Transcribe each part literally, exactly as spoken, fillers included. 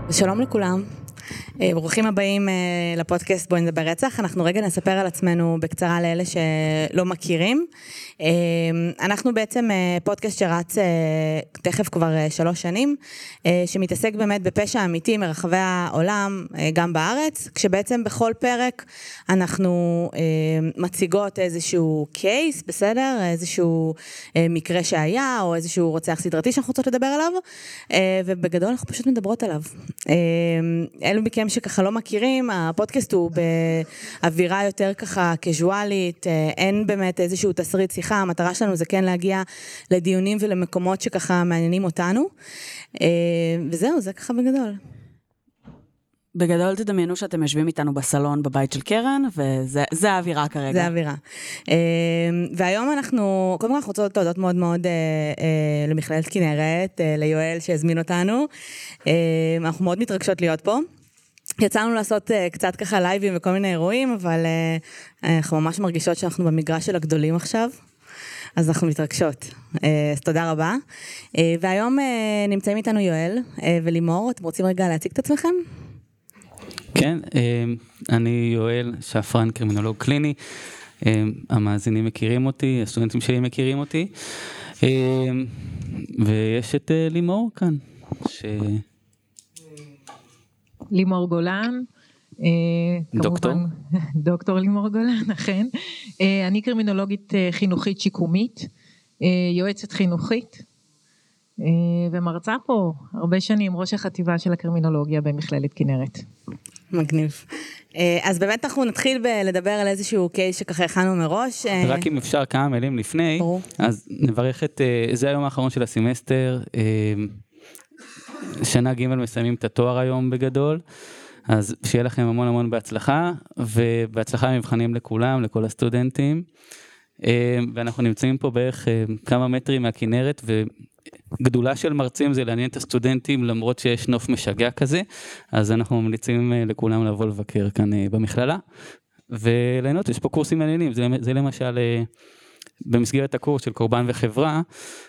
שלום לכולם, ברוכים הבאים לפודקאסט בואי נדבר רצח. אנחנו רגע נספר על עצמנו בקצרה לאלה שלא מכירים. אנחנו בעצם פודקאסט שרץ תכף כבר שלוש שנים, שמתעסק באמת בפשע אמיתי מרחבי העולם, גם בארץ, כשבעצם בכל פרק אנחנו מציגות איזשהו קייס, בסדר? איזשהו מקרה שהיה, או איזשהו רוצח סדרתי שאנחנו רוצות לדבר עליו, ובגדול אנחנו פשוט מדברות עליו. אלו מכם שככה לא מכירים, הפודקאסט הוא באווירה יותר ככה קזואלית, אין באמת איזשהו תסריט שיחה, המטרה שלנו זה כן להגיע לדיונים ולמקומות שככה מעניינים אותנו, וזהו, זה ככה בגדול. בגדול תדמיינו שאתם יושבים איתנו בסלון בבית של קרן, וזה האווירה כרגע. זה האווירה. והיום אנחנו, קודם כל אנחנו רוצות להודות מאוד מאוד למכללת כנרת, ליואל שהזמין אותנו. אנחנו מאוד מתרגשות להיות פה. יצאנו לעשות קצת ככה לייבים וכל מיני אירועים, אבל אנחנו ממש מרגישות שאנחנו במגרש של הגדולים עכשיו. אז אנחנו מתרגשות. אז תודה רבה. והיום נמצאים איתנו יואל ולימור. אתם רוצים רגע להציג את עצמכם? כן, אני יואל שפרן, קרימינולוג קליני, המאזינים מכירים אותי, הסטודנטים שלי מכירים אותי, ויש את לימור כאן. ש... לימור גולן, דוקטור. כמובן, דוקטור לימור גולן, אכן. אני קרימינולוגית חינוכית שיקומית, יועצת חינוכית, ומרצה פה הרבה שנים, ראש החטיבה של הקרימינולוגיה במכללת כנרת. מגניב. אז באמת אנחנו נתחיל לדבר על איזשהו קייס שככה הכנו מראש. רק אם אפשר כמה מילים לפני, ברור. אז נברך את, זה היום האחרון של הסמסטר, שנה ג' מסיימים את התואר היום בגדול, אז שיהיה לכם המון המון בהצלחה, ובהצלחה מבחנים לכולם, לכל הסטודנטים, ואנחנו נמצאים פה בערך כמה מטרים מהכנרת, וגדולה של מרצים זה לעניין את הסטודנטים, למרות שיש נוף משגע כזה, אז אנחנו ממליצים לכולם לבוא לבקר כאן במכללה, וליהנות, יש פה קורסים מעניינים, זה, זה למשל במסגרת הקורס של קורבן וחברה,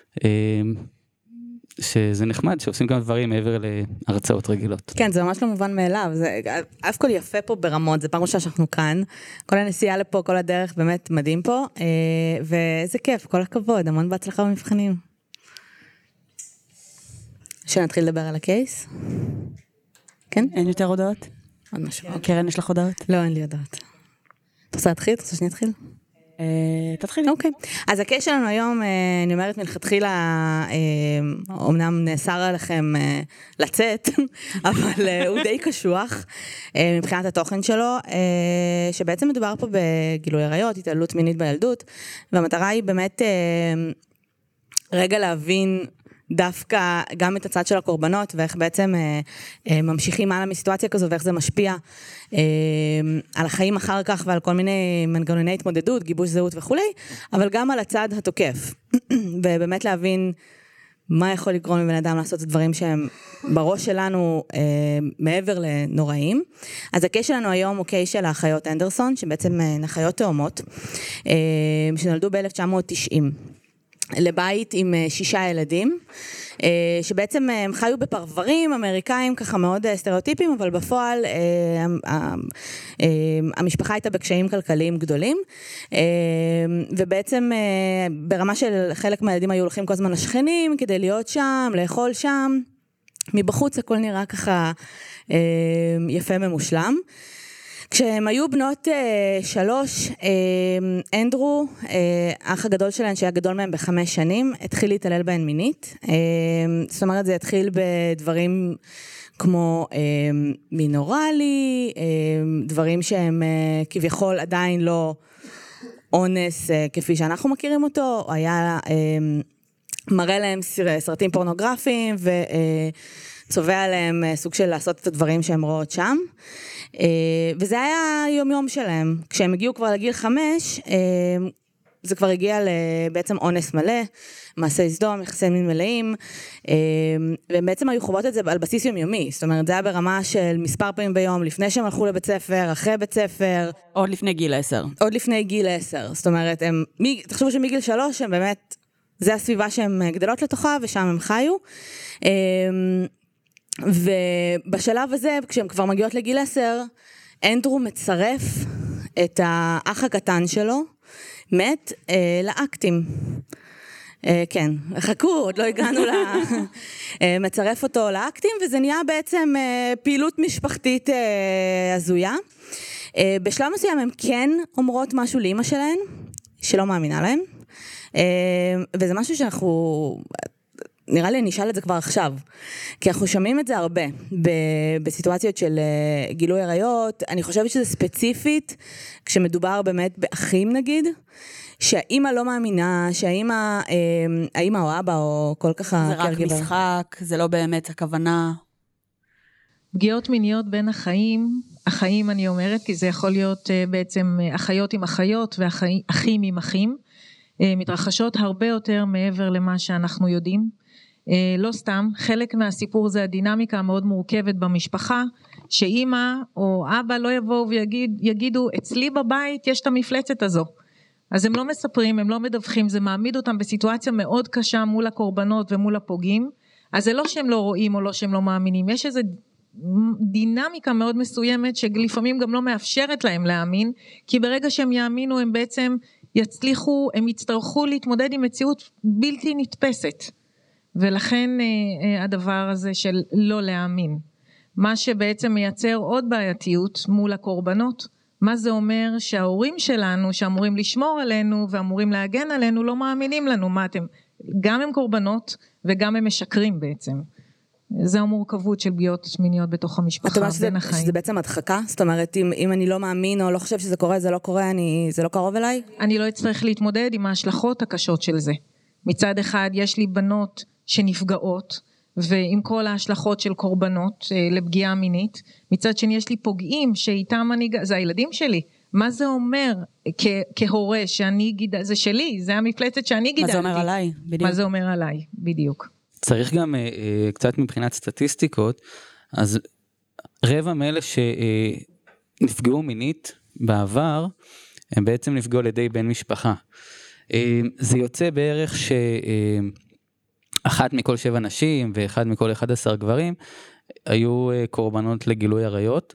שזה נחמד, שעושים גם דברים מעבר להרצאות רגילות. כן, זה ממש לא מובן מאליו, זה אף כל יפה פה ברמות, זה פעם ראשונה שאנחנו כאן, כל הנסיעה לפה, כל הדרך, באמת מדהים פה, ואיזה כיף, כל הכבוד, המון בהצלחה במבחנים. שנתחיל לדבר על הקייס? כן? אין יותר הודעות? עוד משהו. קרן, יש לך הודעות? לא, אין לי הודעות. אתה רוצה להתחיל? אתה רוצה שאני אתחיל? תתחילי. אוקיי. אז הקייס שלנו היום, אני אומרת מלכתחילה, אומנם נאסר עליכם לצאת, אבל הוא די קשוח מבחינת התוכן שלו, שבעצם מדובר פה בגילוי עריות, התעללות מינית בילדות, והמטרה היא באמת רגע להבין דווקא גם את הצד של הקורבנות, ואיך בעצם אה, אה, ממשיכים הלאה מסיטואציה כזו, ואיך זה משפיע אה, על החיים אחר כך, ועל כל מיני מנגנוני התמודדות, גיבוש זהות וכו', אבל גם על הצד התוקף, ובאמת להבין מה יכול לגרום לבן אדם לעשות את הדברים שהם בראש שלנו אה, מעבר לנוראים. אז הקייס שלנו היום הוא קייס של האחיות אנדרסון, שבעצם אה, נחיות תאומות, אה, שנולדו ב-אלף תשע מאות תשעים. לבית עם שישה ילדים, שבעצם הם חיו בפרברים אמריקאים ככה מאוד סטריאוטיפיים, אבל בפועל המשפחה הייתה בקשיים כלכליים גדולים, ובעצם ברמה של חלק מהילדים היו הולכים כל הזמן לשכנים כדי להיות שם, לאכול שם, מבחוץ הכל נראה ככה יפה ממושלם. כשהם היו בנות אה, שלוש, אה, אנדרו, אה, אח הגדול שלהן, שהיה גדול מהם בחמש שנים, התחיל להתעלל בהן מינית. אה, זאת אומרת, זה התחיל בדברים כמו אה, מינורלי, אה, דברים שהם אה, כביכול עדיין לא אונס אה, כפי שאנחנו מכירים אותו, הוא היה אה, מראה להם סרטים פורנוגרפיים, וצובע אה, עליהם אה, סוג של לעשות את הדברים שהם רואות שם. וזה היה יום יום שלהם. כשהם הגיעו כבר לגיל חמש, זה כבר הגיע בעצם אונס מלא, מעשי סדום, יחסי מין מלאים, והם בעצם היו חוות את זה על בסיס יומיומי, זאת אומרת, זה היה ברמה של מספר פעמים ביום, לפני שהם הלכו לבית ספר, אחרי בית ספר. עוד לפני גיל עשר. עוד לפני גיל עשר, זאת אומרת, הם, תחשבו שמגיל שלוש, הם באמת, זה הסביבה שהם גדלות לתוכה, ושם הם חיו. ובשלב הזה, כשהן כבר מגיעות לגיל עשר, אנדרו מצרף את האח הקטן שלו, מת אה, לאקטים. אה, כן, חכו, עוד לא הגענו ל... אה, מצרף אותו לאקטים, וזה נהיה בעצם אה, פעילות משפחתית אה, הזויה. אה, בשלב מסוים הן כן אומרות משהו לאמא שלהן, שלא מאמינה להן, אה, וזה משהו שאנחנו... נראה לי נשאל את זה כבר עכשיו, כי אנחנו שומעים את זה הרבה, בסיטואציות של גילוי עריות. אני חושבת שזה ספציפית, כשמדובר באמת באחים נגיד, שהאימא לא מאמינה, שהאימא, האימא או אבא או כל כך... זה רק משחק, זה לא באמת הכוונה. פגיעות מיניות בין החיים, החיים אני אומרת, כי זה יכול להיות בעצם אחיות עם אחיות ואחים עם אחים, מתרחשות הרבה יותר מעבר למה שאנחנו יודעים. לא סתם, חלק מהסיפור זה הדינמיקה המאוד מורכבת במשפחה, שאמא או אבא לא יבואו ויגידו, אצלי בבית יש את המפלצת הזו. אז הם לא מספרים, הם לא מדווחים, זה מעמיד אותם בסיטואציה מאוד קשה מול הקורבנות ומול הפוגעים, אז זה לא שהם לא רואים או לא שהם לא מאמינים, יש איזו דינמיקה מאוד מסוימת שלפעמים גם לא מאפשרת להם להאמין, כי ברגע שהם יאמינו הם בעצם יצליחו, הם יצטרכו להתמודד עם מציאות בלתי נתפסת. ולכן הדבר הזה של לא להאמין, מה שבעצם מייצר עוד בעייתיות מול הקורבנות. מה זה אומר? שההורים שלנו שאמורים לשמור עלינו ואמורים להגן עלינו לא מאמינים לנו. מה אתם? גם הם קורבנות וגם הם משקרים בעצם. זה המורכבות של פגיעות מיניות בתוך המשפחה בין החיים. שזה בעצם הדחקה? זאת אומרת, אם, אם אני לא מאמין או לא חושב שזה קורה, זה לא קורה, אני, זה לא קרוב אליי? אני לא אצטרך להתמודד עם ההשלכות הקשות של זה. מצד אחד יש לי בנות שנפגעות, ועם כל ההשלכות של קורבנות לפגיעה מינית, מצד שני יש לי פוגעים שאיתם אני, זה הילדים שלי. מה זה אומר כ- כהורה שאני גידל, זה שלי, זה המפלצת שאני גידלתי. מה זה אומר עליי? בדיוק. מה זה אומר עליי, בדיוק. צריך גם אה, קצת מבחינת סטטיסטיקות, אז רבע מאלה שנפגעו מינית בעבר, הם בעצם נפגעו על ידי בן משפחה. אה, זה יוצא בערך ש... אה, אחת מכל שבע נשים ואחד מכל אחד עשר גברים היו קורבנות לגילוי עריות,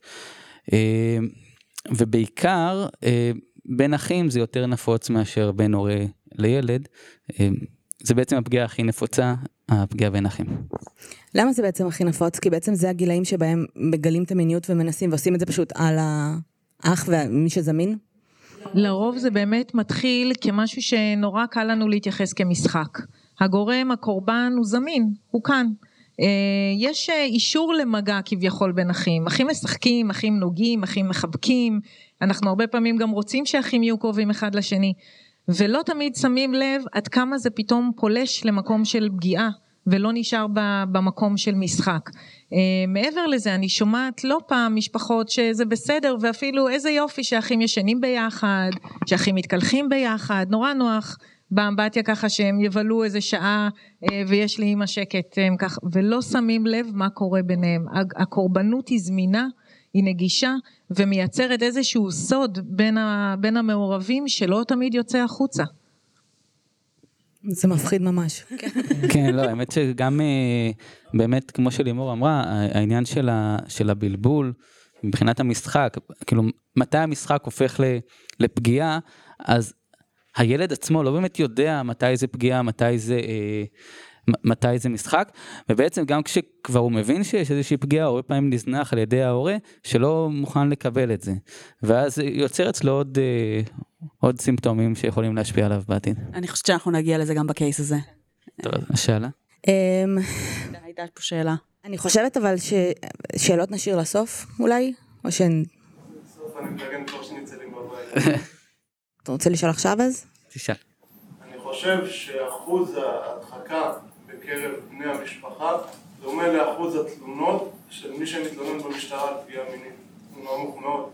ובעיקר בין אחים זה יותר נפוץ מאשר בין הורה לילד. זה בעצם הפגיעה הכי נפוצה, הפגיעה בין אחים. למה זה בעצם הכי נפוץ? כי בעצם זה הגילאים שבהם מגלים את המיניות ומנסים ועושים את זה פשוט על האח ומי שזמין? לרוב זה באמת מתחיל כמשהו שנורא קל לנו להתייחס כמשחק. הגורם, הקורבן הוא זמין, הוא כאן. יש אישור למגע כביכול בין אחים. אחים משחקים, אחים נוגעים, אחים מחבקים. אנחנו הרבה פעמים גם רוצים שאחים יהיו קרובים אחד לשני. ולא תמיד שמים לב עד כמה זה פתאום פולש למקום של פגיעה, ולא נשאר במקום של משחק. מעבר לזה, אני שומעת לא פעם משפחות שזה בסדר, ואפילו איזה יופי שאחים ישנים ביחד, שאחים מתקלחים ביחד, נורא נוח. באמבטיה ככה שהם יבלו איזה שעה ויש לי אמא שקט ככה, ולא שמים לב מה קורה ביניהם. הקורבנות היא זמינה, היא נגישה ומייצרת איזשהו סוד בין, ה, בין המעורבים שלא תמיד יוצא החוצה. זה מפחיד ממש. כן, לא, האמת שגם באמת כמו שלימור אמרה, העניין של, ה, של הבלבול מבחינת המשחק, כאילו מתי המשחק הופך לפגיעה, אז הילד עצמו לא באמת יודע מתי זה פגיעה, מתי זה, אה, מתי זה משחק, ובעצם גם כשכבר הוא מבין שיש איזושהי פגיעה, הרבה פעמים נזנח על ידי ההורה, שלא מוכן לקבל את זה. ואז יוצר אצלו עוד, אה, עוד סימפטומים שיכולים להשפיע עליו בעתיד. אני חושבת שאנחנו נגיע לזה גם בקייס הזה. טוב, השאלה? הייתה פה שאלה. אני חושבת אבל ששאלות נשאיר לסוף, אולי? או שהן... בסוף אני מתגן כבר שנצא לי בבית. אתה רוצה לשאול עכשיו אז? תשאל. אני חושב שאחוז ההדחקה בקרב בני המשפחה דומה לאחוז התלונות של מי שמתלונן במשטרה על פגיעה מינית. הוא נמוך מאוד.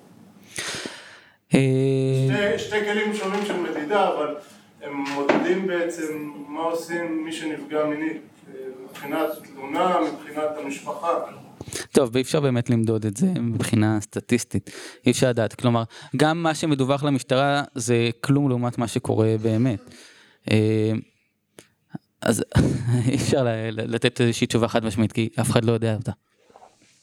שתי, שתי כלים שונים של מדידה, אבל הם מודדים בעצם מה עושים מי שנפגע מינית. מבחינת תלונה, מבחינת המשפחה. טוב, ואי אפשר באמת למדוד את זה מבחינה סטטיסטית, אי אפשר לדעת, כלומר, גם מה שמדווח למשטרה זה כלום לעומת מה שקורה באמת. אז אי אפשר לתת איזושהי תשובה חד משמעית, כי אף אחד לא יודע אותה.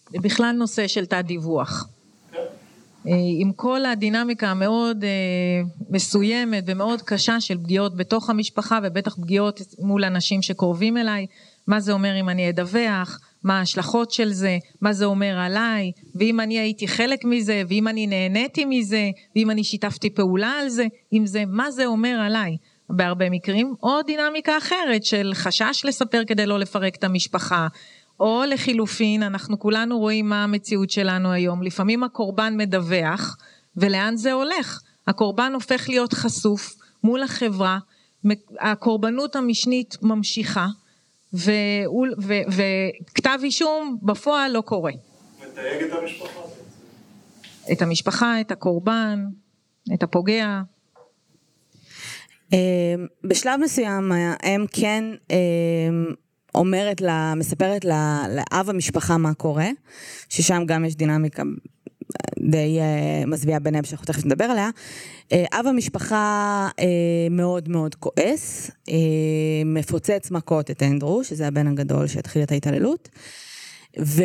בכלל נושא של תת דיווח. עם כל הדינמיקה המאוד מסוימת ומאוד קשה של פגיעות בתוך המשפחה, ובטח פגיעות מול אנשים שקרובים אליי, מה זה אומר אם אני אדווח, מה ההשלכות של זה, מה זה אומר עליי, ואם אני הייתי חלק מזה, ואם אני נהניתי מזה, ואם אני שיתפתי פעולה על זה, אם זה, מה זה אומר עליי, בהרבה מקרים, או דינמיקה אחרת של חשש לספר כדי לא לפרק את המשפחה, או לחילופין, אנחנו כולנו רואים מה המציאות שלנו היום, לפעמים הקורבן מדווח, ולאן זה הולך? הקורבן הופך להיות חשוף מול החברה, הקורבנות המשנית ממשיכה, וכתב אישום בפועל לא קורה. מתייג את המשפחה? את המשפחה, את הקורבן, את הפוגע. בשלב מסוים, הם כן אומרת לה, מספרת לאב המשפחה מה קורה, ששם גם יש דינמיקה די מזוויעה ביניהם שאנחנו תכף נדבר עליה. אב המשפחה מאוד מאוד כועס, מפוצץ מכות את אנדרו, שזה הבן הגדול שהתחיל את ההתעללות, והוא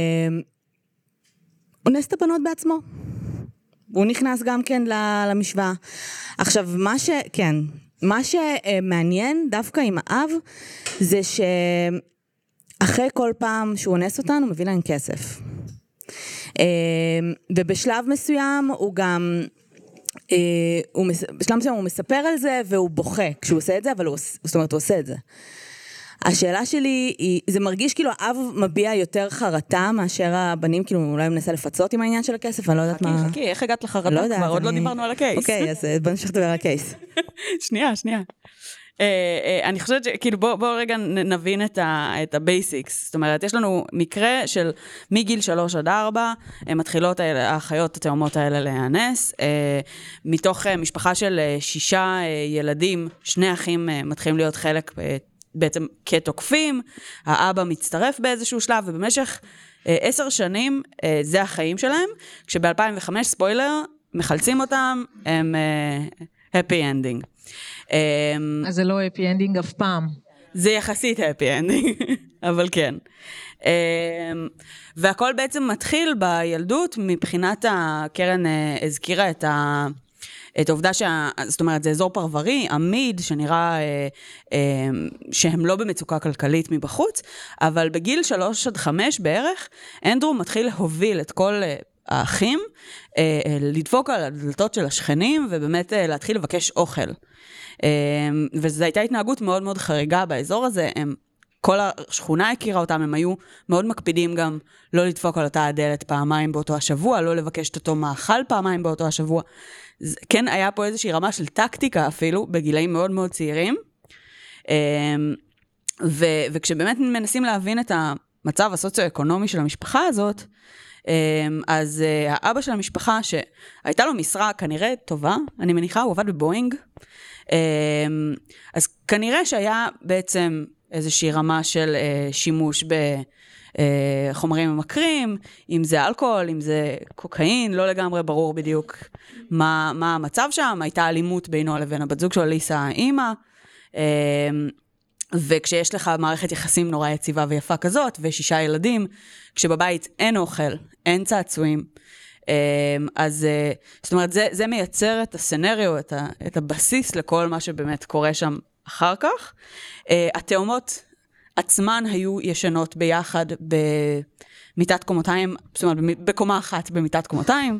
נס את הבנות בעצמו. הוא נכנס גם כן למשוואה. עכשיו, מה ש... כן, מה שמעניין דווקא עם האב, זה שאחרי כל פעם שהוא אונס אותנו, מביא להם כסף. ובשלב מסוים הוא גם, בשלב מסוים הוא מספר על זה, והוא בוכה כשהוא עושה את זה, אבל הוא, זאת אומרת, הוא עושה את זה. השאלה שלי היא, זה מרגיש כאילו האב מביע יותר חרטה מאשר הבנים, כאילו אולי הוא מנסה לפצות עם העניין של הכסף, אני לא יודעת מה... חכי, חכי, איך הגעת לחרטה כבר? עוד לא דיברנו על הקייס. אוקיי, אז בוא נמשיך לדבר על הקייס. שנייה, שנייה. אני חושבת שכאילו בואו רגע נבין את הבייסיקס, זאת אומרת, יש לנו מקרה של מגיל שלוש עד ארבע, מתחילות האחיות התאומות האלה להיאנס, מתוך משפחה של שישה ילדים, שני אחים מתחילים להיות חלק בעצם כתוקפים, האבא מצטרף באיזשהו שלב, ובמשך עשר שנים זה החיים שלהם, כשב-אלפיים וחמש, ספוילר, מחלצים אותם, הם happy ending. אז זה לא happy ending אף פעם. זה יחסית happy ending, אבל כן. והכל בעצם מתחיל בילדות, מבחינת הקרן הזכירה את ה... את העובדה שה... זאת אומרת, זה אזור פרברי, עמיד, שנראה אה, אה, שהם לא במצוקה כלכלית מבחוץ, אבל בגיל שלוש עד חמש בערך, אנדרו מתחיל להוביל את כל אה, האחים, אה, אה, לדפוק על הדלתות של השכנים, ובאמת אה, להתחיל לבקש אוכל. אה, וזו הייתה התנהגות מאוד מאוד חריגה באזור הזה, הם... כל השכונה הכירה אותם, הם היו מאוד מקפידים גם לא לדפוק על אותה הדלת פעמיים באותו השבוע, לא לבקש את אותו מאכל פעמיים באותו השבוע. כן, היה פה איזושהי רמה של טקטיקה אפילו, בגילאים מאוד מאוד צעירים, ו- וכשבאמת מנסים להבין את המצב הסוציו-אקונומי של המשפחה הזאת, אז האבא של המשפחה, שהייתה לו משרה כנראה טובה, אני מניחה, הוא עבד בבואינג, אז כנראה שהיה בעצם איזושהי רמה של שימוש בחומרים ממכרים, אם זה אלכוהול, אם זה קוקאין, לא לגמרי ברור בדיוק מה, מה המצב שם, הייתה אלימות בינו לבין הבת זוג שלו, ליסה האמא, וכשיש לך מערכת יחסים נורא יציבה ויפה כזאת, ושישה ילדים, כשבבית אין אוכל, אין צעצועים, אז זאת אומרת, זה, זה מייצר את הסנריו, את, ה, את הבסיס לכל מה שבאמת קורה שם אחר כך. התאומות עצמן היו ישנות ביחד במיטת קומותיים, זאת אומרת, בקומה אחת במיטת קומותיים.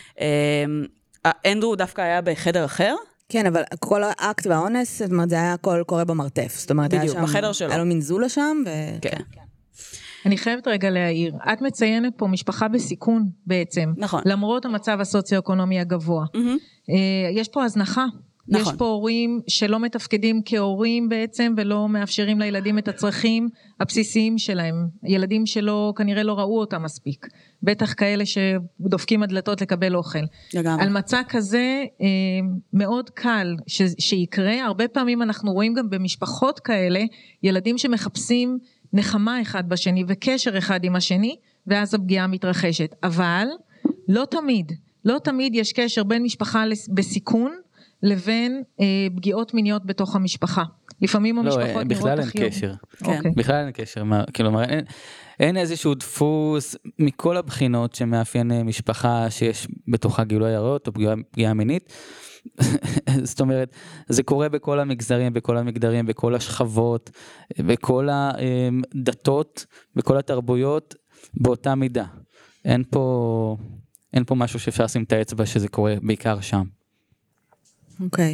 אנדרו דווקא היה בחדר אחר. כן, אבל כל האקט והאונס, זאת אומרת, זה היה הכל קורה במרתף. זאת אומרת, בדיוק, בחדר שלו. היה לו מין זולה שם, ו... כן. אני חייבת רגע להעיר, את מציינת פה משפחה בסיכון בעצם, נכון. למרות המצב הסוציו-אקונומי הגבוה. Mm-hmm. יש פה הזנחה. נכון. יש פה הורים שלא מתפקדים כהורים בעצם, ולא מאפשרים לילדים את הצרכים הבסיסיים שלהם. ילדים שלא, כנראה לא ראו אותם מספיק. בטח כאלה שדופקים הדלתות לקבל אוכל. לגמרי. על מצע כזה מאוד קל ש, שיקרה. הרבה פעמים אנחנו רואים גם במשפחות כאלה, ילדים שמחפשים נחמה אחד בשני וקשר אחד עם השני, ואז הפגיעה מתרחשת. אבל לא תמיד, לא תמיד יש קשר בין משפחה בסיכון, לבין אה, פגיעות מיניות בתוך המשפחה. לפעמים המשפחות לא, נראות בכלל אין הכי... קשר. כן. בכלל אין קשר. כלומר, אין, אין איזשהו דפוס מכל הבחינות שמאפיין משפחה שיש בתוכה גילוי עריות או פגיעה, פגיעה מינית. זאת אומרת, זה קורה בכל המגזרים, בכל המגדרים, בכל השכבות, בכל הדתות, בכל התרבויות, באותה מידה. אין פה, אין פה משהו שאפשר לשים את האצבע שזה קורה בעיקר שם. אוקיי.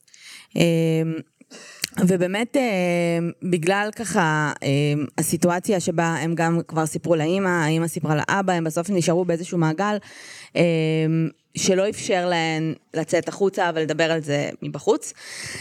ובאמת, בגלל ככה, הסיטואציה שבה הם גם כבר סיפרו לאמא, האמא סיפרה לאבא, הם בסוף נשארו באיזשהו מעגל, שלא אפשר להן לצאת החוצה ולדבר על זה מבחוץ.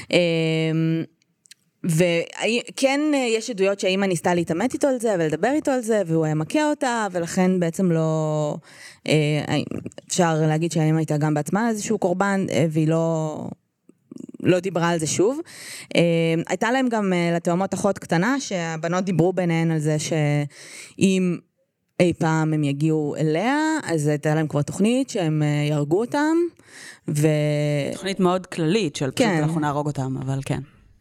וכן יש עדויות שהאמא ניסתה להתאמת איתו על זה ולדבר איתו על זה, והוא היה מכה אותה, ולכן בעצם לא, אפשר להגיד שהאמא הייתה גם בעצמה איזשהו קורבן, והיא לא... לא דיברה על זה שוב. הייתה להם גם לתאומות אחות קטנה, שהבנות דיברו ביניהן על זה שאם אי פעם הם יגיעו אליה, אז הייתה להם כבר תוכנית שהם ירגו אותם. ו... תוכנית מאוד כללית של פשוט אנחנו נהרוג אותם, אבל כן.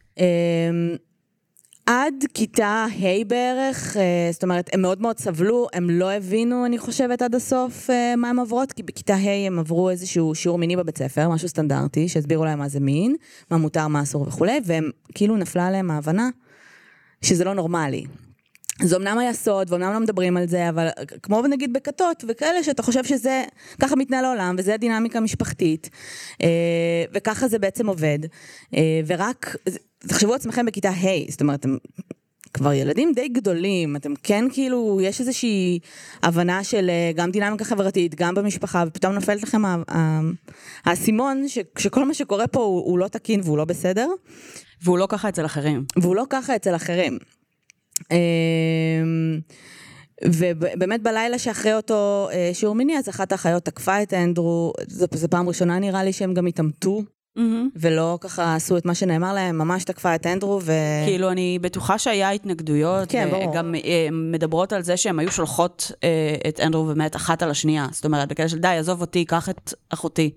עד כיתה ה' בערך, זאת אומרת, הם מאוד מאוד סבלו, הם לא הבינו, אני חושבת, עד הסוף מה הם עברות, כי בכיתה ה' הם עברו איזשהו שיעור מיני בבית ספר, משהו סטנדרטי, שהסבירו להם מה זה מין, מה מותר, מה אסור וכו', והם כאילו נפלה עליהם ההבנה שזה לא נורמלי. זה אמנם היה סוד, ואומנם לא מדברים על זה, אבל כמו נגיד בכתות וכאלה, שאתה חושב שזה, ככה מתנהל העולם, וזה הדינמיקה המשפחתית, וככה זה בעצם עובד, ורק, תחשבו עצמכם בכיתה ה', זאת אומרת, אתם כבר ילדים די גדולים, אתם כן כאילו, יש איזושהי הבנה של גם דינמיקה חברתית, גם במשפחה, ופתאום נופלת לכם האסימון, שכל מה שקורה פה הוא לא תקין והוא לא בסדר. והוא לא ככה אצל אחרים. והוא לא ככה אצל אחרים. ובאמת בלילה שאחרי אותו שיעור מיני, אז אחת האחיות תקפה את אנדרו, זו פעם ראשונה נראה לי שהם גם התאמתו, ולא ככה עשו את מה שנאמר להם, ממש תקפה את אנדרו. כאילו אני בטוחה שהיה התנגדויות, וגם מדברות על זה שהן היו שולחות את אנדרו באמת אחת על השנייה, זאת אומרת, בכלל של די, עזוב אותי, קח את אחותי.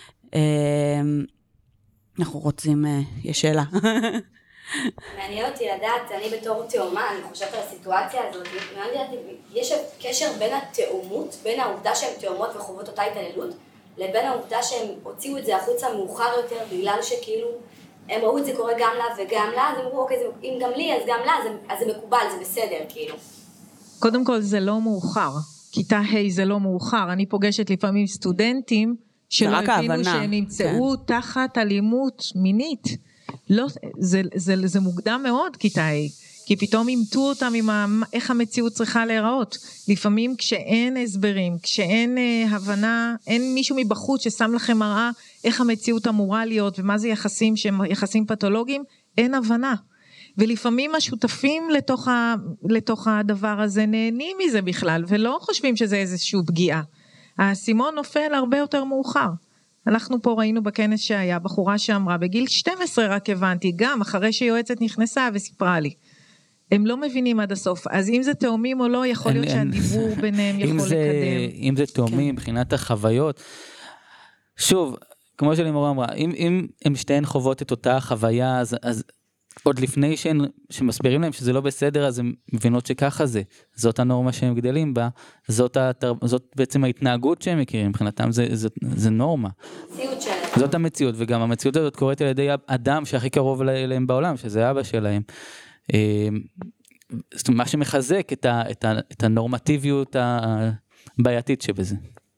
אנחנו רוצים, יש שאלה. מעניין אותי לדעת, אני בתור תאומה, אני חושבת על הסיטואציה הזאת, יש קשר בין התאומות, בין העובדה שהן תאומות וחוות אותה התעללות, לבין העובדה שהם הוציאו את זה החוצה מאוחר יותר, בגלל שכאילו הם ראו את זה קורה גם לה וגם לה, אז הם אמרו, אוקיי, אם גם לי, אז גם לה, אז זה מקובל, זה בסדר, כאילו. קודם כל זה לא מאוחר, כיתה ה' זה לא מאוחר, אני פוגשת לפעמים סטודנטים, שלא הבינו שהם נמצאו תחת אלימות מינית, לא, זה, זה, זה מוקדם מאוד כיתה ה', כי פתאום אימתו אותם עם ה, איך המציאות צריכה להיראות. לפעמים כשאין הסברים, כשאין אה, הבנה, אין מישהו מבחוץ ששם לכם מראה איך המציאות אמורה להיות, ומה זה יחסים שהם יחסים פתולוגיים, אין הבנה. ולפעמים השותפים לתוך, ה, לתוך הדבר הזה נהנים מזה בכלל, ולא חושבים שזה איזשהו פגיעה. הסימון נופל הרבה יותר מאוחר. אנחנו פה ראינו בכנס שהיה בחורה שאמרה, בגיל שתים עשרה רק הבנתי, גם אחרי שיועצת נכנסה וסיפרה לי. הם לא מבינים עד הסוף, אז אם זה תאומים או לא, יכול להיות שהדיבור ביניהם יכול לקדם. אם זה תאומים, מבחינת החוויות, שוב, כמו שלימור אמרה, אם הם שתיהן חוות את אותה חוויה, אז עוד לפני שמסבירים להם שזה לא בסדר, אז הם מבינות שככה זה, זאת הנורמה שהם גדלים בה, זאת בעצם ההתנהגות שהם מכירים, מבחינתם זה נורמה. זאת המציאות, וגם המציאות הזאת קורית על ידי אדם שהכי קרוב אליהם בעולם, שזה אבא שלהם. זאת אומרת, מה שמחזק את, ה, את, ה, את הנורמטיביות הבעייתית שבזה.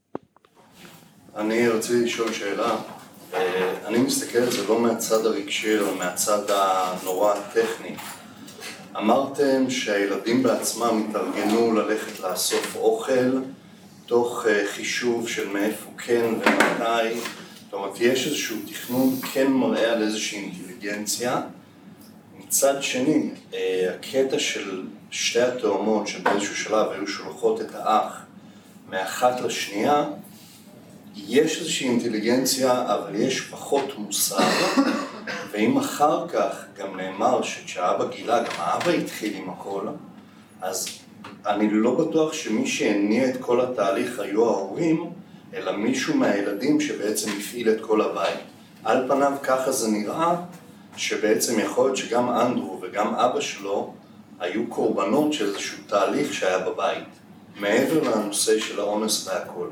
אני רוצה לשאול שאלה. אני מסתכל על זה לא מהצד הרגשי, אלא מהצד הנורא הטכני. אמרתם שהילדים בעצמם התארגנו ללכת לאסוף אוכל, תוך חישוב של מאיפה כן ומתי. זאת אומרת, יש איזשהו תכנון כן מראה על איזושהי אינטליגנציה. מצד שני, הקטע של שתי התאומות שבאיזשהו שלב היו שולחות את האח מאחת לשנייה, יש איזושהי אינטליגנציה, אבל יש פחות מוסר, ואם אחר כך גם נאמר שכשהאבא גילה, גם האבא התחיל עם הכל, אז אני לא בטוח שמי שהניע את כל התהליך היו ההורים, אלא מישהו מהילדים שבעצם הפעיל את כל הבית. על פניו ככה זה נראה, שבעצם יכול להיות שגם אנדרו וגם אבא שלו היו קורבנות של איזשהו תהליך שהיה בבית, מעבר לנושא של האונס והכל.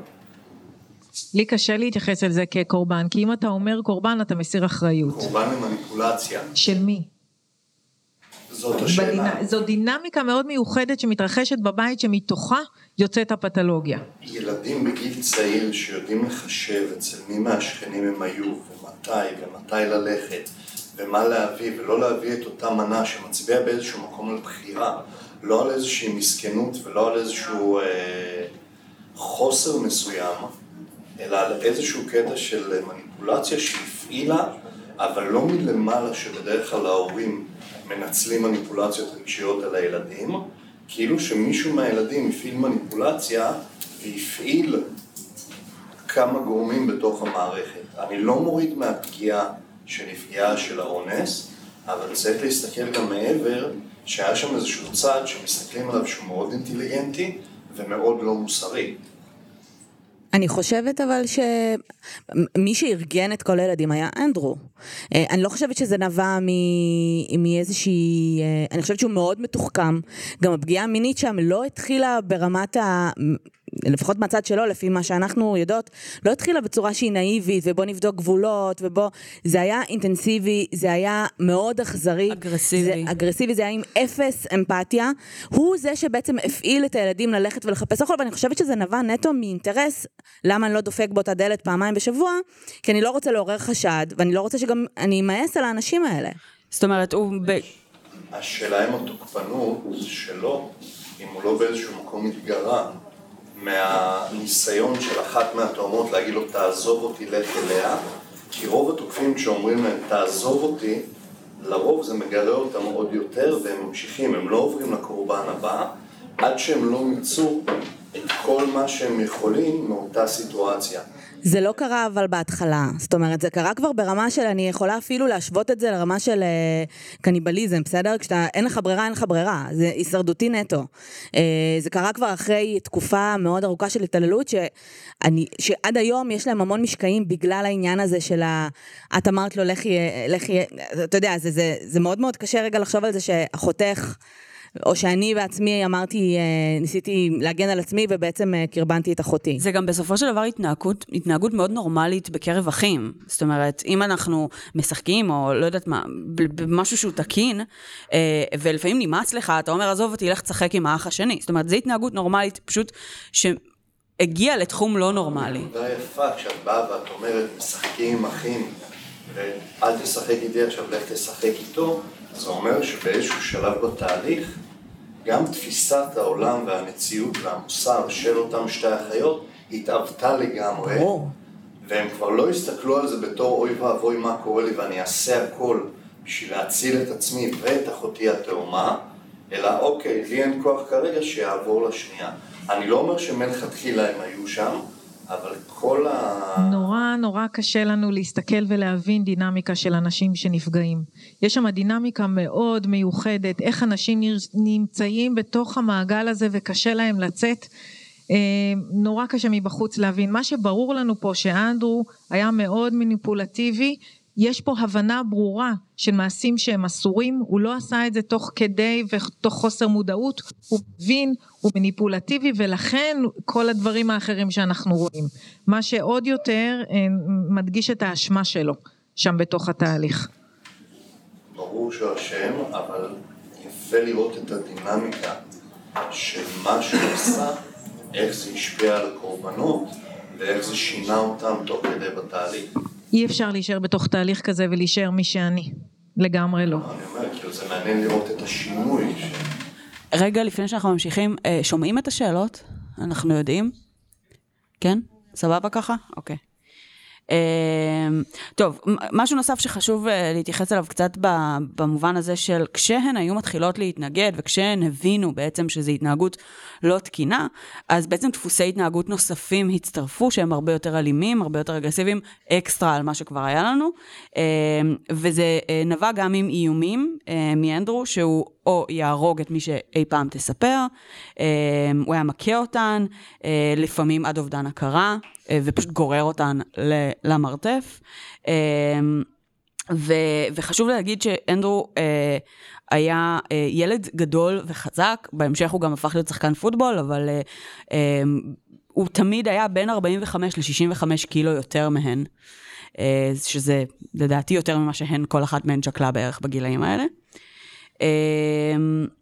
לי קשה להתייחס על זה כקורבן, כי אם אתה אומר קורבן, אתה מסיר אחריות. קורבן למניפולציה. של מי? זאת השאלה. בדינה, זו דינמיקה מאוד מיוחדת שמתרחשת בבית, שמתוכה יוצאת הפתולוגיה. ילדים בגיל צעיר שיודעים לחשב אצל מי מהשכנים הם היו, ומתי, ומתי ללכת, ומה להביא ולא להביא את אותה מנה שמצביע באיזשהו מקום על בחירה, לא על איזושהי מסכנות ולא על איזשהו אה, חוסר מסוים, אלא על איזשהו קטע של מניפולציה שהפעילה, אבל לא מלמעלה שבדרך כלל ההורים מנצלים מניפולציות רגשיות על הילדים, כאילו שמישהו מהילדים הפעיל מניפולציה והפעיל כמה גורמים בתוך המערכת. אני לא מוריד מהפגיעה שנפגיעה של האונס, אבל צריך להסתכל גם מעבר שהיה שם איזשהו צד שמסתכלים עליו שהוא מאוד אינטליגנטי ומאוד לא מוסרי. אני חושבת אבל שמי שארגן את כל הילדים היה אנדרו. אני לא חושבת שזה נבע מאיזושהי, אני חושבת שהוא מאוד מתוחכם. גם הפגיעה המינית שם לא התחילה ברמת ה... לפחות מהצד שלו, לפי מה שאנחנו יודעות, לא התחילה בצורה שהיא נאיבית, ובוא נבדוק גבולות, ובוא... זה היה אינטנסיבי, זה היה מאוד אכזרי. אגרסיבי. זה, אגרסיבי, זה היה עם אפס אמפתיה. הוא זה שבעצם הפעיל את הילדים ללכת ולחפש אוכל, ואני חושבת שזה נבע נטו מאינטרס, למה אני לא דופק באותה דלת פעמיים בשבוע, כי אני לא רוצה לעורר חשד, ואני לא רוצה שגם אני אמאס על האנשים האלה. זאת אומרת, הוא... ב... השאלה עם התוקפנות שלו, אם הוא לא באיזשהו מקום מתגרה, מהניסיון של אחת מהתאומות להגיד לו תעזוב אותי, לך אליה, כי רוב התוקפים כשאומרים להם תעזוב אותי, לרוב זה מגרה אותם עוד יותר והם ממשיכים, הם לא עוברים לקורבן הבא עד שהם לא מיצו את כל מה שהם יכולים מאותה סיטואציה. זה לא קרה אבל בהתחלה, זאת אומרת, זה קרה כבר ברמה של, אני יכולה אפילו להשוות את זה לרמה של uh, קניבליזם, בסדר? כשאתה, אין לך ברירה, אין לך ברירה, זה הישרדותי נטו. Uh, זה קרה כבר אחרי תקופה מאוד ארוכה של התעללות, שאני, שעד היום יש להם המון משקעים בגלל העניין הזה של ה... את אמרת לו, לכי, לכי, אתה יודע, זה, זה, זה מאוד מאוד קשה רגע לחשוב על זה שאחותך, או שאני בעצמי אמרתי, ניסיתי להגן על עצמי ובעצם קרבנתי את אחותי. זה גם בסופו של דבר התנהגות, התנהגות מאוד נורמלית בקרב אחים. זאת אומרת, אם אנחנו משחקים או לא יודעת מה, במשהו שהוא תקין, ולפעמים נמאס לך, אתה אומר, עזוב אותי, לך תשחק עם האח השני. זאת אומרת, זו התנהגות נורמלית פשוט שהגיעה לתחום לא נורמלי. זה יפה, כשאת באה ואת אומרת, משחקים עם אחים, ואל תשחק איתי עכשיו, לך תשחק איתו, זה אומר שבאיזשהו שלב בתהליך, גם תפיסת העולם והמציאות והמוסר של אותם שתי החיות התאבתה לגמרי, והם כבר לא הסתכלו על זה בתור אוי ואבוי מה קורה לי ואני אעשה הכל בשביל להציל את עצמי ואת אחותי התאומה, אלא אוקיי, לי אין כוח כרגע שיעבור לשנייה. אני לא אומר שמלכתחילה הם היו שם, אבל כל ה... נורא נורא קשה לנו להסתכל ולהבין דינמיקה של אנשים שנפגעים. יש שם דינמיקה מאוד מיוחדת, איך אנשים נמצאים בתוך המעגל הזה וקשה להם לצאת. נורא קשה מבחוץ להבין. מה שברור לנו פה שאנדרו היה מאוד מניפולטיבי, יש פה הבנה ברורה של מעשים שהם אסורים, הוא לא עשה את זה תוך כדי ותוך חוסר מודעות, הוא מבין, הוא מניפולטיבי, ולכן כל הדברים האחרים שאנחנו רואים. מה שעוד יותר מדגיש את האשמה שלו, שם בתוך התהליך. ברור שהשם, אבל יפה לראות את הדינמיקה של מה שהוא עשה, איך זה השפיע על הקורבנות, ואיך זה שינה אותם תוך כדי בתהליך. אי אפשר להישאר בתוך תהליך כזה ולהישאר מי שאני. לגמרי לא. אני אומר, כאילו זה מעניין לראות את השינוי. רגע, לפני שאנחנו ממשיכים, שומעים את השאלות? אנחנו יודעים? כן? סבבה ככה? אוקיי. טוב, משהו נוסף שחשוב להתייחס אליו קצת במובן הזה של כשהן היו מתחילות להתנגד וכשהן הבינו בעצם שזו התנהגות לא תקינה, אז בעצם דפוסי התנהגות נוספים הצטרפו שהם הרבה יותר אלימים, הרבה יותר אגרסיביים, אקסטרה על מה שכבר היה לנו, וזה נבע גם עם איומים מאנדרו שהוא או יהרוג את מי שאי פעם תספר, הוא היה מכה אותן, לפעמים עד אובדן הכרה, ופשוט גורר אותן למרתף. ו, וחשוב להגיד שאנדרו אה, היה אה, ילד גדול וחזק, בהמשך הוא גם הפך להיות שחקן פוטבול, אבל אה, אה, הוא תמיד היה בין ארבעים וחמש ל-שישים וחמש קילו יותר מהן, אה, שזה לדעתי יותר ממה שהן כל אחת מהן שקלה בערך בגילאים האלה. אה,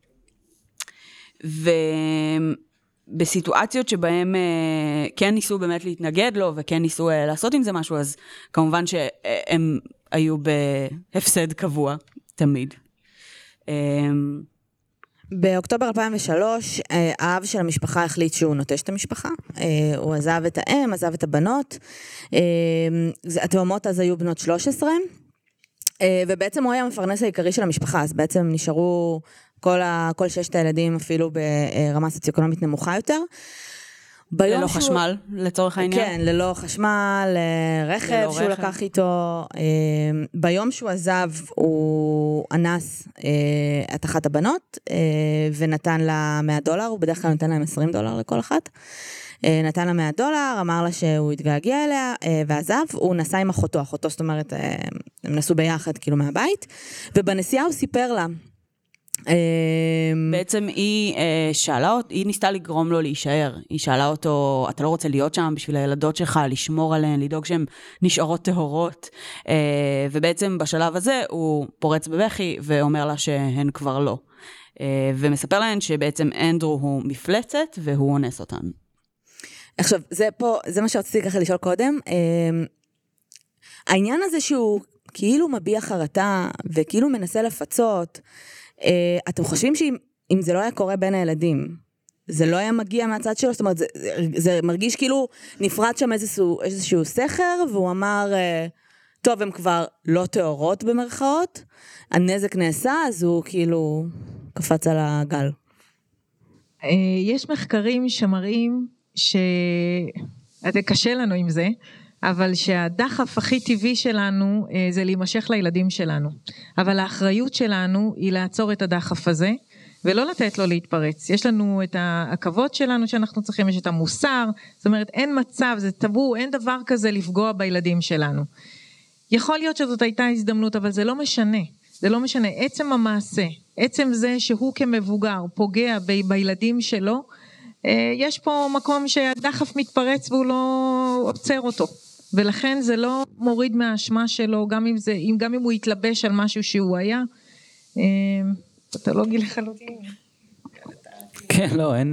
ו... בסיטואציות שבהם כן ניסו באמת להתנגד לו, וכן ניסו לעשות עם זה משהו, אז כמובן שהם היו בהפסד קבוע, תמיד. באוקטובר אלפיים ושלוש, האב של המשפחה החליט שהוא נוטש את המשפחה. הוא עזב את האם, עזב את הבנות. התאומות אז היו בנות שלוש עשרה, ובעצם הוא היה המפרנס העיקרי של המשפחה, אז בעצם נשארו כל, ה, כל ששת הילדים אפילו ברמה סוציו-אקונומית נמוכה יותר. ללא שהוא... חשמל, לצורך העניין? כן, ללא חשמל, רכב שהוא רכב. לקח איתו. ביום שהוא עזב, הוא אנס את אחת הבנות, ונתן לה מאה דולר, הוא בדרך כלל נתן להם עשרים דולר לכל אחת. נתן לה מאה דולר, אמר לה שהוא התגעגע אליה, ועזב, הוא נסע עם אחותו, אחותו, זאת אומרת, הם נסעו ביחד, כאילו מהבית, ובנסיעה הוא סיפר לה, בעצם היא שאלה אותו, היא ניסתה לגרום לו להישאר, היא שאלה אותו, אתה לא רוצה להיות שם בשביל הילדות שלך, לשמור עליהן, לדאוג שהן נשארות טהורות, ובעצם בשלב הזה הוא פורץ בבכי ואומר לה שהן כבר לא, ומספר להן שבעצם אנדרו הוא מפלצת והוא אונס אותן. עכשיו, זה פה, זה מה שרציתי ככה לשאול קודם, העניין הזה שהוא כאילו מביע חרטה וכאילו מנסה לפצות, Uh, אתם חושבים שאם זה לא היה קורה בין הילדים, זה לא היה מגיע מהצד שלו? זאת אומרת, זה, זה מרגיש כאילו נפרד שם איזשהו, איזשהו סכר, והוא אמר, uh, טוב, הם כבר לא תיאורות במרכאות, הנזק נעשה, אז הוא כאילו קפץ על הגל. Uh, יש מחקרים שמראים ש... זה קשה לנו עם זה, אבל שהדחף הכי טבעי שלנו זה להימשך לילדים שלנו. אבל האחריות שלנו היא לעצור את הדחף הזה, ולא לתת לו להתפרץ. יש לנו את העכבות שלנו שאנחנו צריכים, יש את המוסר, זאת אומרת אין מצב, זה טבו, אין דבר כזה לפגוע בילדים שלנו. יכול להיות שזאת הייתה הזדמנות, אבל זה לא משנה. זה לא משנה, עצם המעשה, עצם זה שהוא כמבוגר פוגע ב- בילדים שלו, יש פה מקום שהדחף מתפרץ והוא לא עוצר אותו. ולכן זה לא מוריד מהאשמה שלו, גם אם, זה, גם אם הוא יתלבש על משהו שהוא היה, פתולוגי לחלוטין. כן, לא, אין...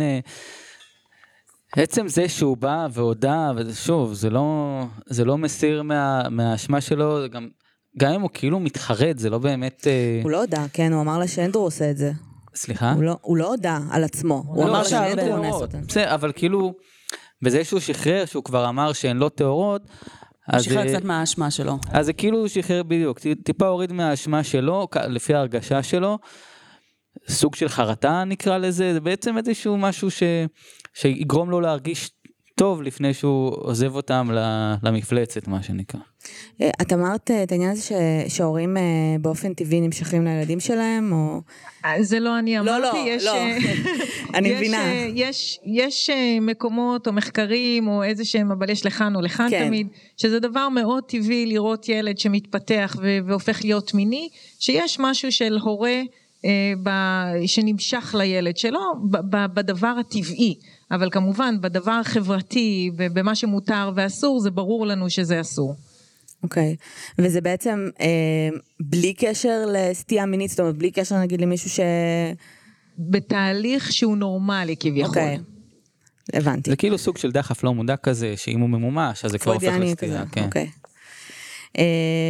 עצם זה שהוא בא והודע, ושוב, זה לא, זה לא מסיר מה, מהאשמה שלו, גם, גם אם הוא כאילו מתחרד, זה לא באמת... הוא לא הודע, כן, הוא אמר לה שאנדרו עושה את זה. סליחה? הוא לא, הוא לא הודע על עצמו, הוא אמר שאנדרו אונס אותה. בסדר, אבל כאילו... וזה שהוא שחרר, שהוא כבר אמר שהן לא תיאורות, הוא שחרר קצת מהאשמה שלו. אז זה כאילו הוא שחרר בדיוק, טיפה הוריד מהאשמה שלו, לפי ההרגשה שלו, סוג של חרטה נקרא לזה, זה בעצם איזשהו משהו ש, שיגרום לו להרגיש טוב, לפני שהוא עוזב אותם למפלצת, מה שנקרא. את אמרת את העניין הזה שהורים באופן טבעי נמשכים לילדים שלהם, או... זה לא אני אמרתי, לא, לא, יש, לא, אני יש, מבינה. יש, יש מקומות או מחקרים או איזה שהם, אבל יש לכאן או לכאן כן. תמיד, שזה דבר מאוד טבעי לראות ילד שמתפתח והופך להיות מיני, שיש משהו של הורה שנמשך לילד שלו בדבר הטבעי, אבל כמובן בדבר החברתי ובמה שמותר ואסור, זה ברור לנו שזה אסור. אוקיי, וזה בעצם אה, בלי קשר לסטייה מינית, זאת אומרת בלי קשר נגיד למישהו ש... בתהליך שהוא נורמלי כביכול. אוקיי, הבנתי. זה כאילו סוג של דחף לא מודע כזה, שאם הוא ממומש, אז זה כבר הופך לסטייה. כן. אוקיי. אה,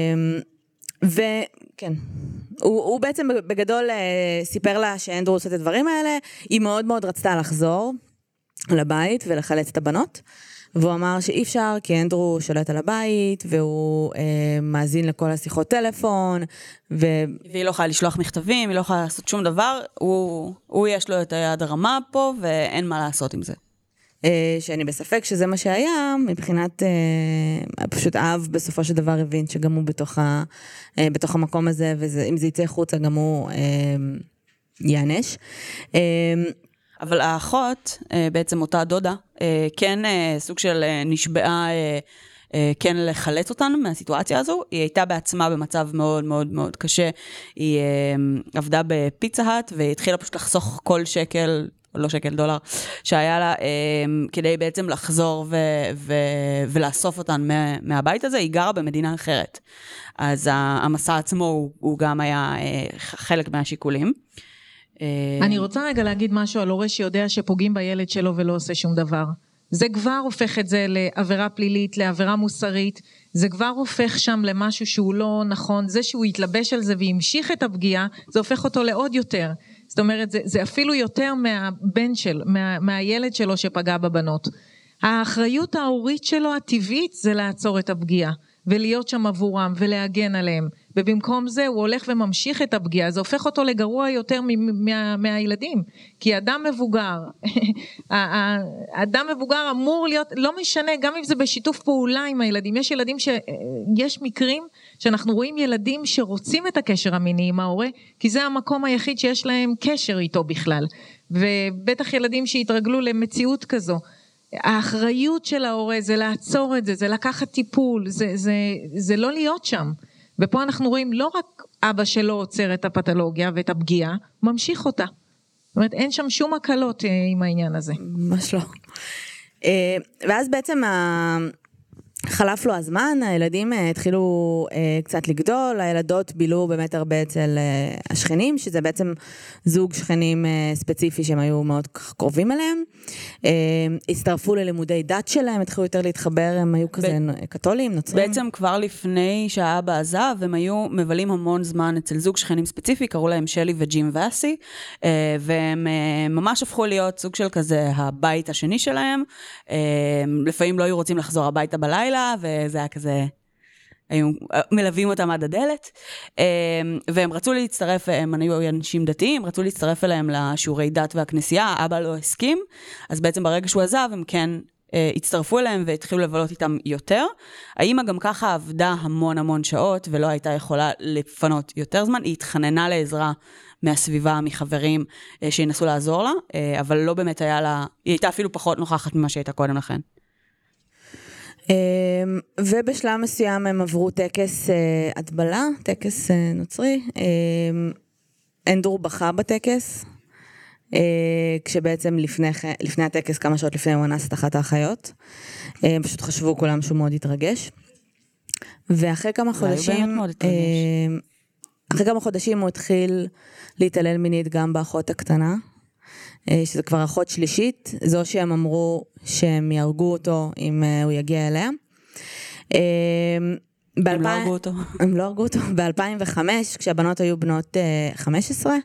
וכן, הוא, הוא בעצם בגדול אה, סיפר לה שאנדרו עושה את הדברים האלה, היא מאוד מאוד רצתה לחזור לבית ולחלץ את הבנות, והוא אמר שאי אפשר, כי אנדרו שולט על הבית, והוא אה, מאזין לכל השיחות טלפון, ו... והיא לא יכולה לשלוח מכתבים, היא לא יכולה לעשות שום דבר, הוא, הוא יש לו את היד הרמה פה, ואין מה לעשות עם זה. אה, שאני בספק שזה מה שהיה, מבחינת, אה, פשוט אב בסופו של דבר הבין, שגם הוא בתוך, ה, אה, בתוך המקום הזה, ואם זה יצא חוצה, גם הוא אה, יענש. אה, אבל האחות, בעצם אותה דודה, כן סוג של נשבעה כן לחלץ אותן מהסיטואציה הזו. היא הייתה בעצמה במצב מאוד מאוד מאוד קשה. היא עבדה בפיצה האט, והיא התחילה פשוט לחסוך כל שקל, לא שקל, דולר, שהיה לה, כדי בעצם לחזור ו- ו- ולאסוף אותן מה- מהבית הזה. היא גרה במדינה אחרת. אז המסע עצמו הוא, הוא גם היה חלק מהשיקולים. אני רוצה רגע להגיד משהו על הורה שיודע שפוגעים בילד שלו ולא עושה שום דבר. זה כבר הופך את זה לעבירה פלילית, לעבירה מוסרית, זה כבר הופך שם למשהו שהוא לא נכון, זה שהוא יתלבש על זה וימשיך את הפגיעה, זה הופך אותו לעוד יותר. זאת אומרת, זה, זה אפילו יותר מהבן של, מה, מהילד שלו שפגע בבנות. האחריות ההורית שלו הטבעית זה לעצור את הפגיעה, ולהיות שם עבורם ולהגן עליהם. ובמקום זה הוא הולך וממשיך את הפגיעה, זה הופך אותו לגרוע יותר מה, מהילדים. כי אדם מבוגר, האדם מבוגר אמור להיות, לא משנה, גם אם זה בשיתוף פעולה עם הילדים, יש ילדים ש... יש מקרים שאנחנו רואים ילדים שרוצים את הקשר המיני עם ההורה, כי זה המקום היחיד שיש להם קשר איתו בכלל. ובטח ילדים שהתרגלו למציאות כזו. האחריות של ההורה זה לעצור את זה, זה לקחת טיפול, זה, זה, זה לא להיות שם. ופה אנחנו רואים לא רק אבא שלו עוצר את הפתולוגיה ואת הפגיעה, ממשיך אותה. זאת אומרת, אין שם שום הקלות עם העניין הזה. ממש לא. ואז בעצם חלף לו הזמן, הילדים התחילו קצת לגדול, הילדות בילו באמת הרבה אצל השכנים, שזה בעצם זוג שכנים ספציפי שהם היו מאוד קרובים אליהם, הצטרפו ללימודי דת שלהם, התחילו יותר להתחבר, הם היו כזה קתולים, נוצרים. בעצם כבר לפני שהאבא עזב, הם היו מבלים המון זמן אצל זוג שכנים ספציפי, קראו להם שלי וג'ים ואסי, והם ממש הפכו להיות סוג של כזה הבית השני שלהם, לפעמים לא היו רוצים לחזור הביתה בלילה, וזה היה כזה, היו מלווים אותם עד הדלת, והם רצו להצטרף, הם היו אנשים דתיים, רצו להצטרף אליהם לשיעורי דת והכנסייה, אבא לא הסכים, אז בעצם ברגע שהוא עזב, הם כן הצטרפו אליהם והתחילו לבלות איתם יותר. האמא גם ככה עבדה המון המון שעות, ולא הייתה יכולה לפנות יותר זמן, היא התחננה לעזרה מהסביבה, מחברים שינסו לעזור לה, אבל לא באמת היה לה, היא הייתה אפילו פחות נוכחת ממה שהייתה קודם לכן. ובשלב מסוים הם עברו טקס הטבלה, טקס נוצרי, אנדרו בכה בטקס, כשבעצם לפני, לפני הטקס, כמה שעות לפני הוא אנס את אחת האחיות, הם פשוט חשבו כולם שהוא מאוד התרגש, ואחרי כמה חודשים, אחרי כמה חודשים הוא התחיל להתעלל מינית גם באחות הקטנה, שזה כבר אחות שלישית, זו שהם אמרו שהם יהרגו אותו אם הוא יגיע אליה. הם לא הרגו אותו. הם לא הרגו אותו. ב-אלפיים וחמש, כשהבנות היו בנות חמש עשרה,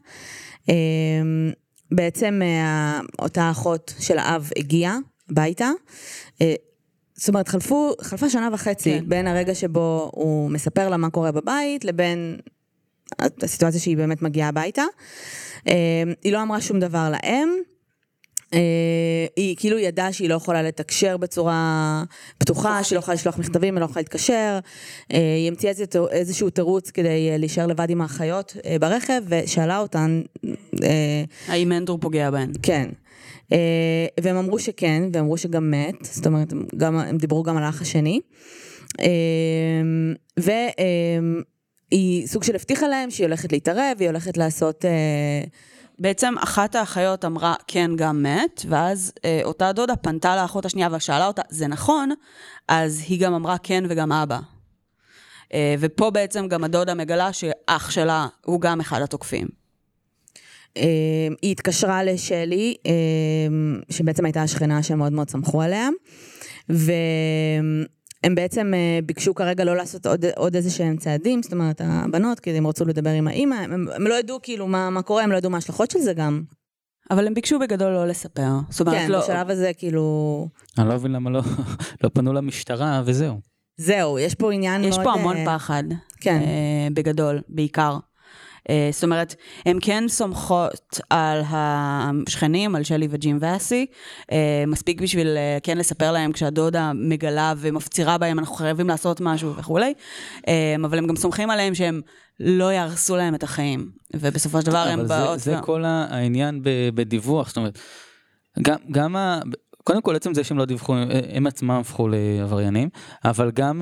בעצם אותה אחות של האב הגיעה הביתה, זאת אומרת, חלפו, חלפה שנה וחצי כן. בין הרגע שבו הוא מספר לה מה קורה בבית, לבין הסיטואציה שהיא באמת מגיעה הביתה. היא לא אמרה שום דבר להם, היא כאילו ידעה שהיא לא יכולה לתקשר בצורה פתוחה, שהיא לא יכולה לשלוח מכתבים, היא לא יכולה להתקשר, היא המציאה איזשהו תירוץ כדי להישאר לבד עם האחיות ברכב, ושאלה אותן, האם אנדרו פוגע בהן? כן. והם אמרו שכן, והם אמרו שגם מת, זאת אומרת, הם דיברו גם על האח השני, והיא סוג של הבטיחה להם שהיא הולכת להתערב, היא הולכת לעשות... בעצם אחת האחיות אמרה כן גם מת, ואז אה, אותה דודה פנתה לאחות השנייה ושאלה אותה, זה נכון? אז היא גם אמרה כן וגם אבא. אה, ופה בעצם גם הדודה מגלה שאח שלה הוא גם אחד התוקפים. אה, היא התקשרה לשלי, אה, שבעצם הייתה השכנה שהם מאוד מאוד סמכו עליה, ו... הם בעצם ביקשו כרגע לא לעשות עוד, עוד איזה שהם צעדים, זאת אומרת, הבנות, כי הם רצו לדבר עם האמא, הם, הם לא ידעו כאילו מה, מה קורה, הם לא ידעו מה השלכות של זה גם. אבל הם ביקשו בגדול לא לספר. כן, לא... בשלב הזה כאילו... אני לא מבין למה לא, לא פנו למשטרה וזהו. זהו, יש פה עניין יש מאוד... יש פה המון פחד, כן. בגדול, בעיקר. זאת אומרת, הם כן סומכות על השכנים, על שלי וג'ים ואסי, מספיק בשביל כן לספר להם כשהדודה מגלה ומפצירה בהם, אנחנו חייבים לעשות משהו וכו', אבל הם גם סומכים עליהם שהם לא יהרסו להם את החיים, ובסופו של דבר הם באות... זה כל העניין בדיווח, זאת אומרת, גם, גם ה... קודם כל, עצם זה שהם לא דיווחו, הם עצמם הפכו לעבריינים, אבל גם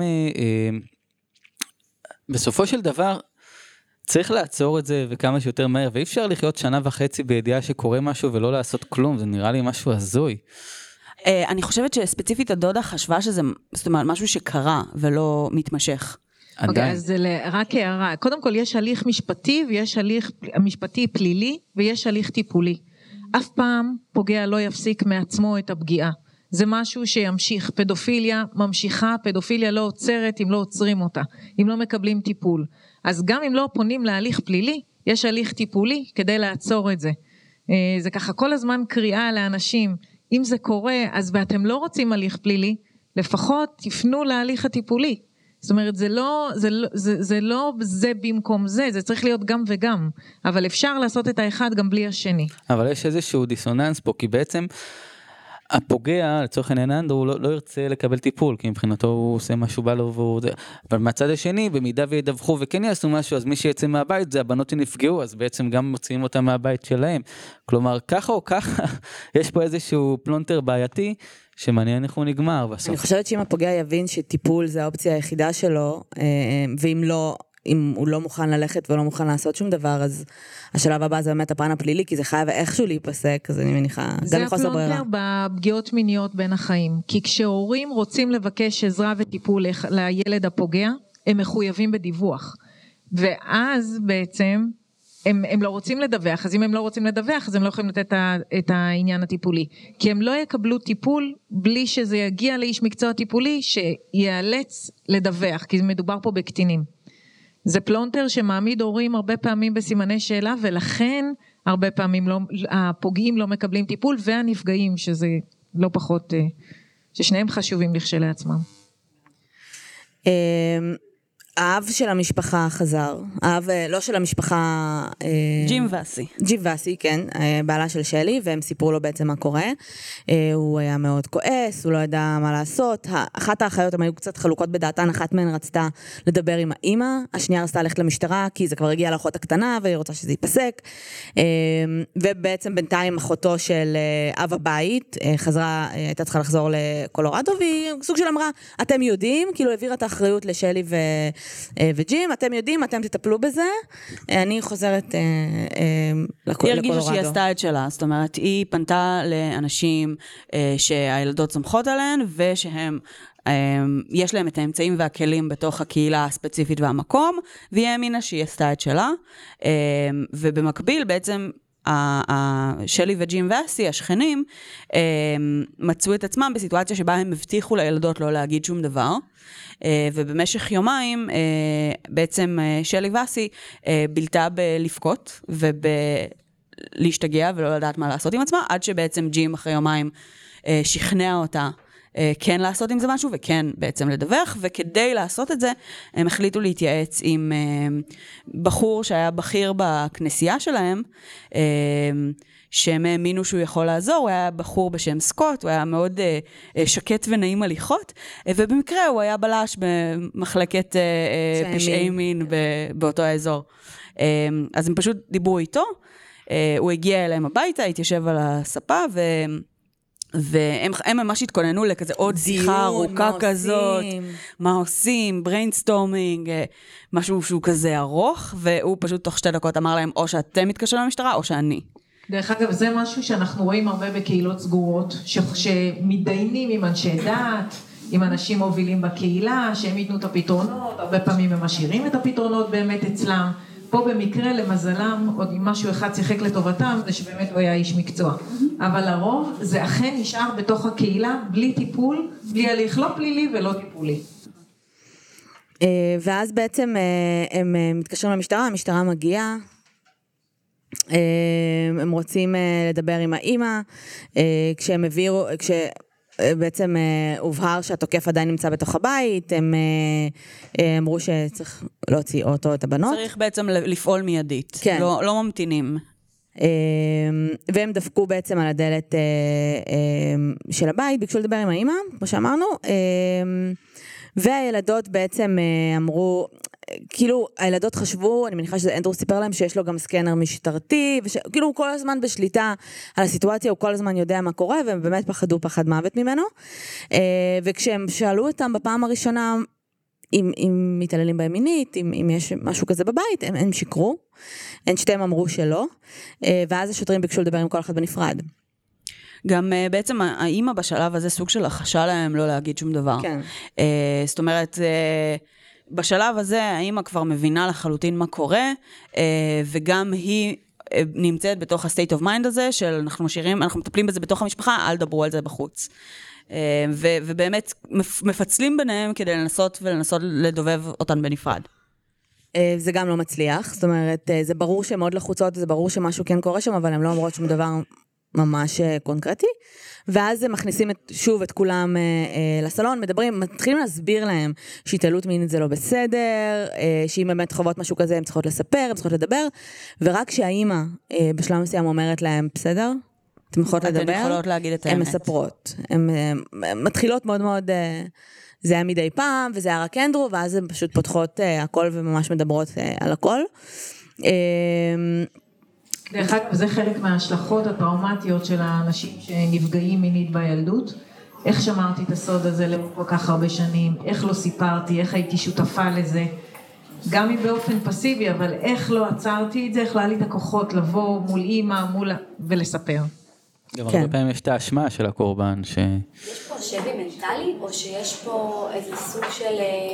בסופו של דבר, צריך לעצור את זה וכמה שיותר מהר, ואי אפשר לחיות שנה וחצי בידיעה שקורה משהו ולא לעשות כלום, זה נראה לי משהו הזוי. אני חושבת שספציפית הדודה חשבה שזה, זאת אומרת, משהו שקרה ולא מתמשך. אוקיי, אז רק הערה. קודם כל, יש הליך משפטי, ויש הליך משפטי פלילי, ויש הליך טיפולי. אף פעם פוגע לא יפסיק מעצמו את הפגיעה. זה משהו שימשיך. פדופיליה ממשיכה, פדופיליה לא עוצרת אם לא עוצרים אותה, אם לא מקבלים טיפול. אז גם אם לא פונים להליך פלילי, יש הליך טיפולי כדי לעצור את זה. זה ככה כל הזמן קריאה לאנשים, אם זה קורה, אז ואתם לא רוצים הליך פלילי, לפחות תפנו להליך הטיפולי. זאת אומרת, זה לא, זה, זה, זה לא זה במקום זה, זה צריך להיות גם וגם, אבל אפשר לעשות את האחד גם בלי השני. אבל יש איזשהו דיסוננס פה, כי בעצם הפוגע, לצורך העניין אנדרו, לא, לא ירצה לקבל טיפול, כי מבחינתו הוא עושה משהו בא לו, והוא... אבל מהצד השני, במידה וידווחו וכן יעשו משהו, אז מי שיצא מהבית זה הבנות שנפגעו, אז בעצם גם מוציאים אותם מהבית שלהם. כלומר, ככה או ככה, יש פה איזשהו פלונטר בעייתי, שמעניין איך הוא נגמר בסוף. אני חושבת שאם הפוגע יבין שטיפול זה האופציה היחידה שלו, ואם לא, אם הוא לא מוכן ללכת ולא מוכן לעשות שום דבר, אז השלב הבא זה באמת הפן הפלילי, כי זה חייב איכשהו להיפסק, אז אני מניחה, גם מחוסר ברירה. זה הפלונטר בפגיעות מיניות בין החיים, כי כשהורים רוצים לבקש עזרה וטיפול לילד הפוגע, הם מחויבים בדיווח, ואז בעצם הם, הם לא רוצים לדווח, אז אם הם לא רוצים לדווח, אז הם לא יכולים לתת את העניין הטיפולי, כי הם לא יקבלו טיפול, בלי שזה יגיע לאיש מקצוע טיפולי, שיאלץ לדווח, כי מדובר פה בקטינים. זה פלונטר שמעמיד הורים הרבה פעמים בסימני שאלה, ולכן הרבה פעמים לא, הפוגעים לא מקבלים טיפול, והנפגעים, שזה לא פחות, ששניהם חשובים לכשלעצמם. האב של המשפחה חזר, האב לא של המשפחה... ג'ים ואסי. ג'ים ואסי, כן, בעלה של שלי, והם סיפרו לו בעצם מה קורה. הוא היה מאוד כועס, הוא לא ידע מה לעשות. אחת האחיות הם היו קצת חלוקות בדעתן, אחת מהן רצתה לדבר עם האמא, השנייה רצתה ללכת למשטרה, כי זה כבר הגיע לאחות הקטנה, והיא רוצה שזה ייפסק. ובעצם בינתיים אחותו של אב הבית, חזרה, הייתה צריכה לחזור לקולורדו, והיא סוג של אמרה, אתם יודעים, כאילו העבירה את האחריות לשלי ו... וג'ים, אתם יודעים, אתם תטפלו בזה, אני חוזרת לקולורדו. היא הרגישה שהיא עשתה את שלה, זאת אומרת, היא פנתה לאנשים שהילדות סומכות עליהן, ושהם, יש להם את האמצעים והכלים בתוך הקהילה הספציפית והמקום, והיא האמינה שהיא עשתה את שלה, ובמקביל בעצם, שלי וג'ים ואסי, השכנים, מצאו את עצמם בסיטואציה שבה הם הבטיחו לילדות לא להגיד שום דבר, ובמשך יומיים בעצם שלי ואסי בילתה בלפקות ובלהשתגע ולא לדעת מה לעשות עם עצמה, עד שבעצם ג'ים אחרי יומיים שכנע אותה כן לעשות עם זה משהו וכן בעצם לדווח, וכדי לעשות את זה הם החליטו להתייעץ עם בחור שהיה בכיר בכנסייה שלהם, שהם האמינו שהוא יכול לעזור, הוא היה בחור בשם סקוט, הוא היה מאוד uh, שקט ונעים הליכות, uh, ובמקרה הוא היה בלש במחלקת uh, פשעי מין באותו האזור. Uh, אז הם פשוט דיברו איתו, uh, הוא הגיע אליהם הביתה, התיישב על הספה, ו... והם הם ממש התכוננו לכזה עוד שיחה ארוכה כזאת, מה עושים, בריינסטורמינג, משהו שהוא כזה ארוך, והוא פשוט תוך שתי דקות אמר להם, או שאתם מתקשרים למשטרה, או שאני. דרך אגב, זה משהו שאנחנו רואים הרבה בקהילות סגורות, ש... שמתדיינים עם אנשי דת, עם אנשים מובילים בקהילה, שהם ייתנו את הפתרונות, הרבה פעמים הם משאירים את הפתרונות באמת אצלם, פה במקרה למזלם, עוד אם משהו אחד שיחק לטובתם, זה שבאמת הוא היה איש מקצוע. אבל לרוב זה אכן נשאר בתוך הקהילה, בלי טיפול, בלי הליך לא פלילי ולא טיפולי. ואז בעצם הם מתקשרים למשטרה, המשטרה מגיעה, הם רוצים לדבר עם האמא, כשהם הביאו, כשבעצם הובהר שהתוקף עדיין נמצא בתוך הבית, הם אמרו שצריך להוציא אותו את הבנות. צריך בעצם לפעול מיידית, כן. לא, לא ממתינים. והם דפקו בעצם על הדלת של הבית, ביקשו לדבר עם האמא, כמו שאמרנו, והילדות בעצם אמרו, כאילו הילדות חשבו, אני מניחה שזה אנדרו סיפר להם שיש לו גם סקנר משטרתי, וכאילו הוא כל הזמן בשליטה על הסיטואציה, הוא כל הזמן יודע מה קורה, והם באמת פחדו פחד מוות ממנו, וכשהם שאלו אותם בפעם הראשונה, אם, אם מתעללים בהם מינית, אם, אם יש משהו כזה בבית, הם, הם שיקרו, הן שתיהם אמרו שלא, ואז השוטרים ביקשו לדבר עם כל אחד בנפרד. גם uh, בעצם האמא בשלב הזה סוג של החשה להם לא להגיד שום דבר. כן. Uh, זאת אומרת, uh, בשלב הזה האמא כבר מבינה לחלוטין מה קורה, uh, וגם היא uh, נמצאת בתוך ה-state of mind הזה, של אנחנו משאירים, אנחנו מטפלים בזה בתוך המשפחה, אל דברו על זה בחוץ. Uh, ו- ובאמת מפצלים ביניהם כדי לנסות ולנסות לדובב אותן בנפרד. זה גם לא מצליח, זאת אומרת, זה ברור שהן מאוד לחוצות, זה ברור שמשהו כן קורה שם, אבל הן לא אומרות שום דבר ממש קונקרטי, ואז הם מכניסים את, שוב את כולם אה, לסלון, מדברים, מתחילים להסביר להם שהתעללות מינית זה לא בסדר, אה, שאם באמת חוות משהו כזה, הם צריכות לספר, הם צריכות לדבר, ורק שהאימא אה, בשלב מסוים אומרת להם, בסדר? אתם יכולות לדבר? אתן יכולות להגיד את האמת. הן מספרות, הן אה, מתחילות מאוד מאוד... אה, זה היה מדי פעם, וזה היה רק אנדרו, ואז הן פשוט פותחות uh, הכל וממש מדברות uh, על הכל. Uh, דרך אגב, זה חלק מההשלכות הטראומטיות של האנשים שנפגעים מינית בילדות. איך שמרתי את הסוד הזה לאורך כל כך הרבה שנים, איך לא סיפרתי, איך הייתי שותפה לזה, גם אם באופן פסיבי, אבל איך לא עצרתי את זה, איך לא היה לי את הכוחות לבוא מול אימא, מול... ולספר. גם הרבה פעמים יש את האשמה של הקורבן ש... יש פה שבי מנטלי, או שיש פה איזה סוג של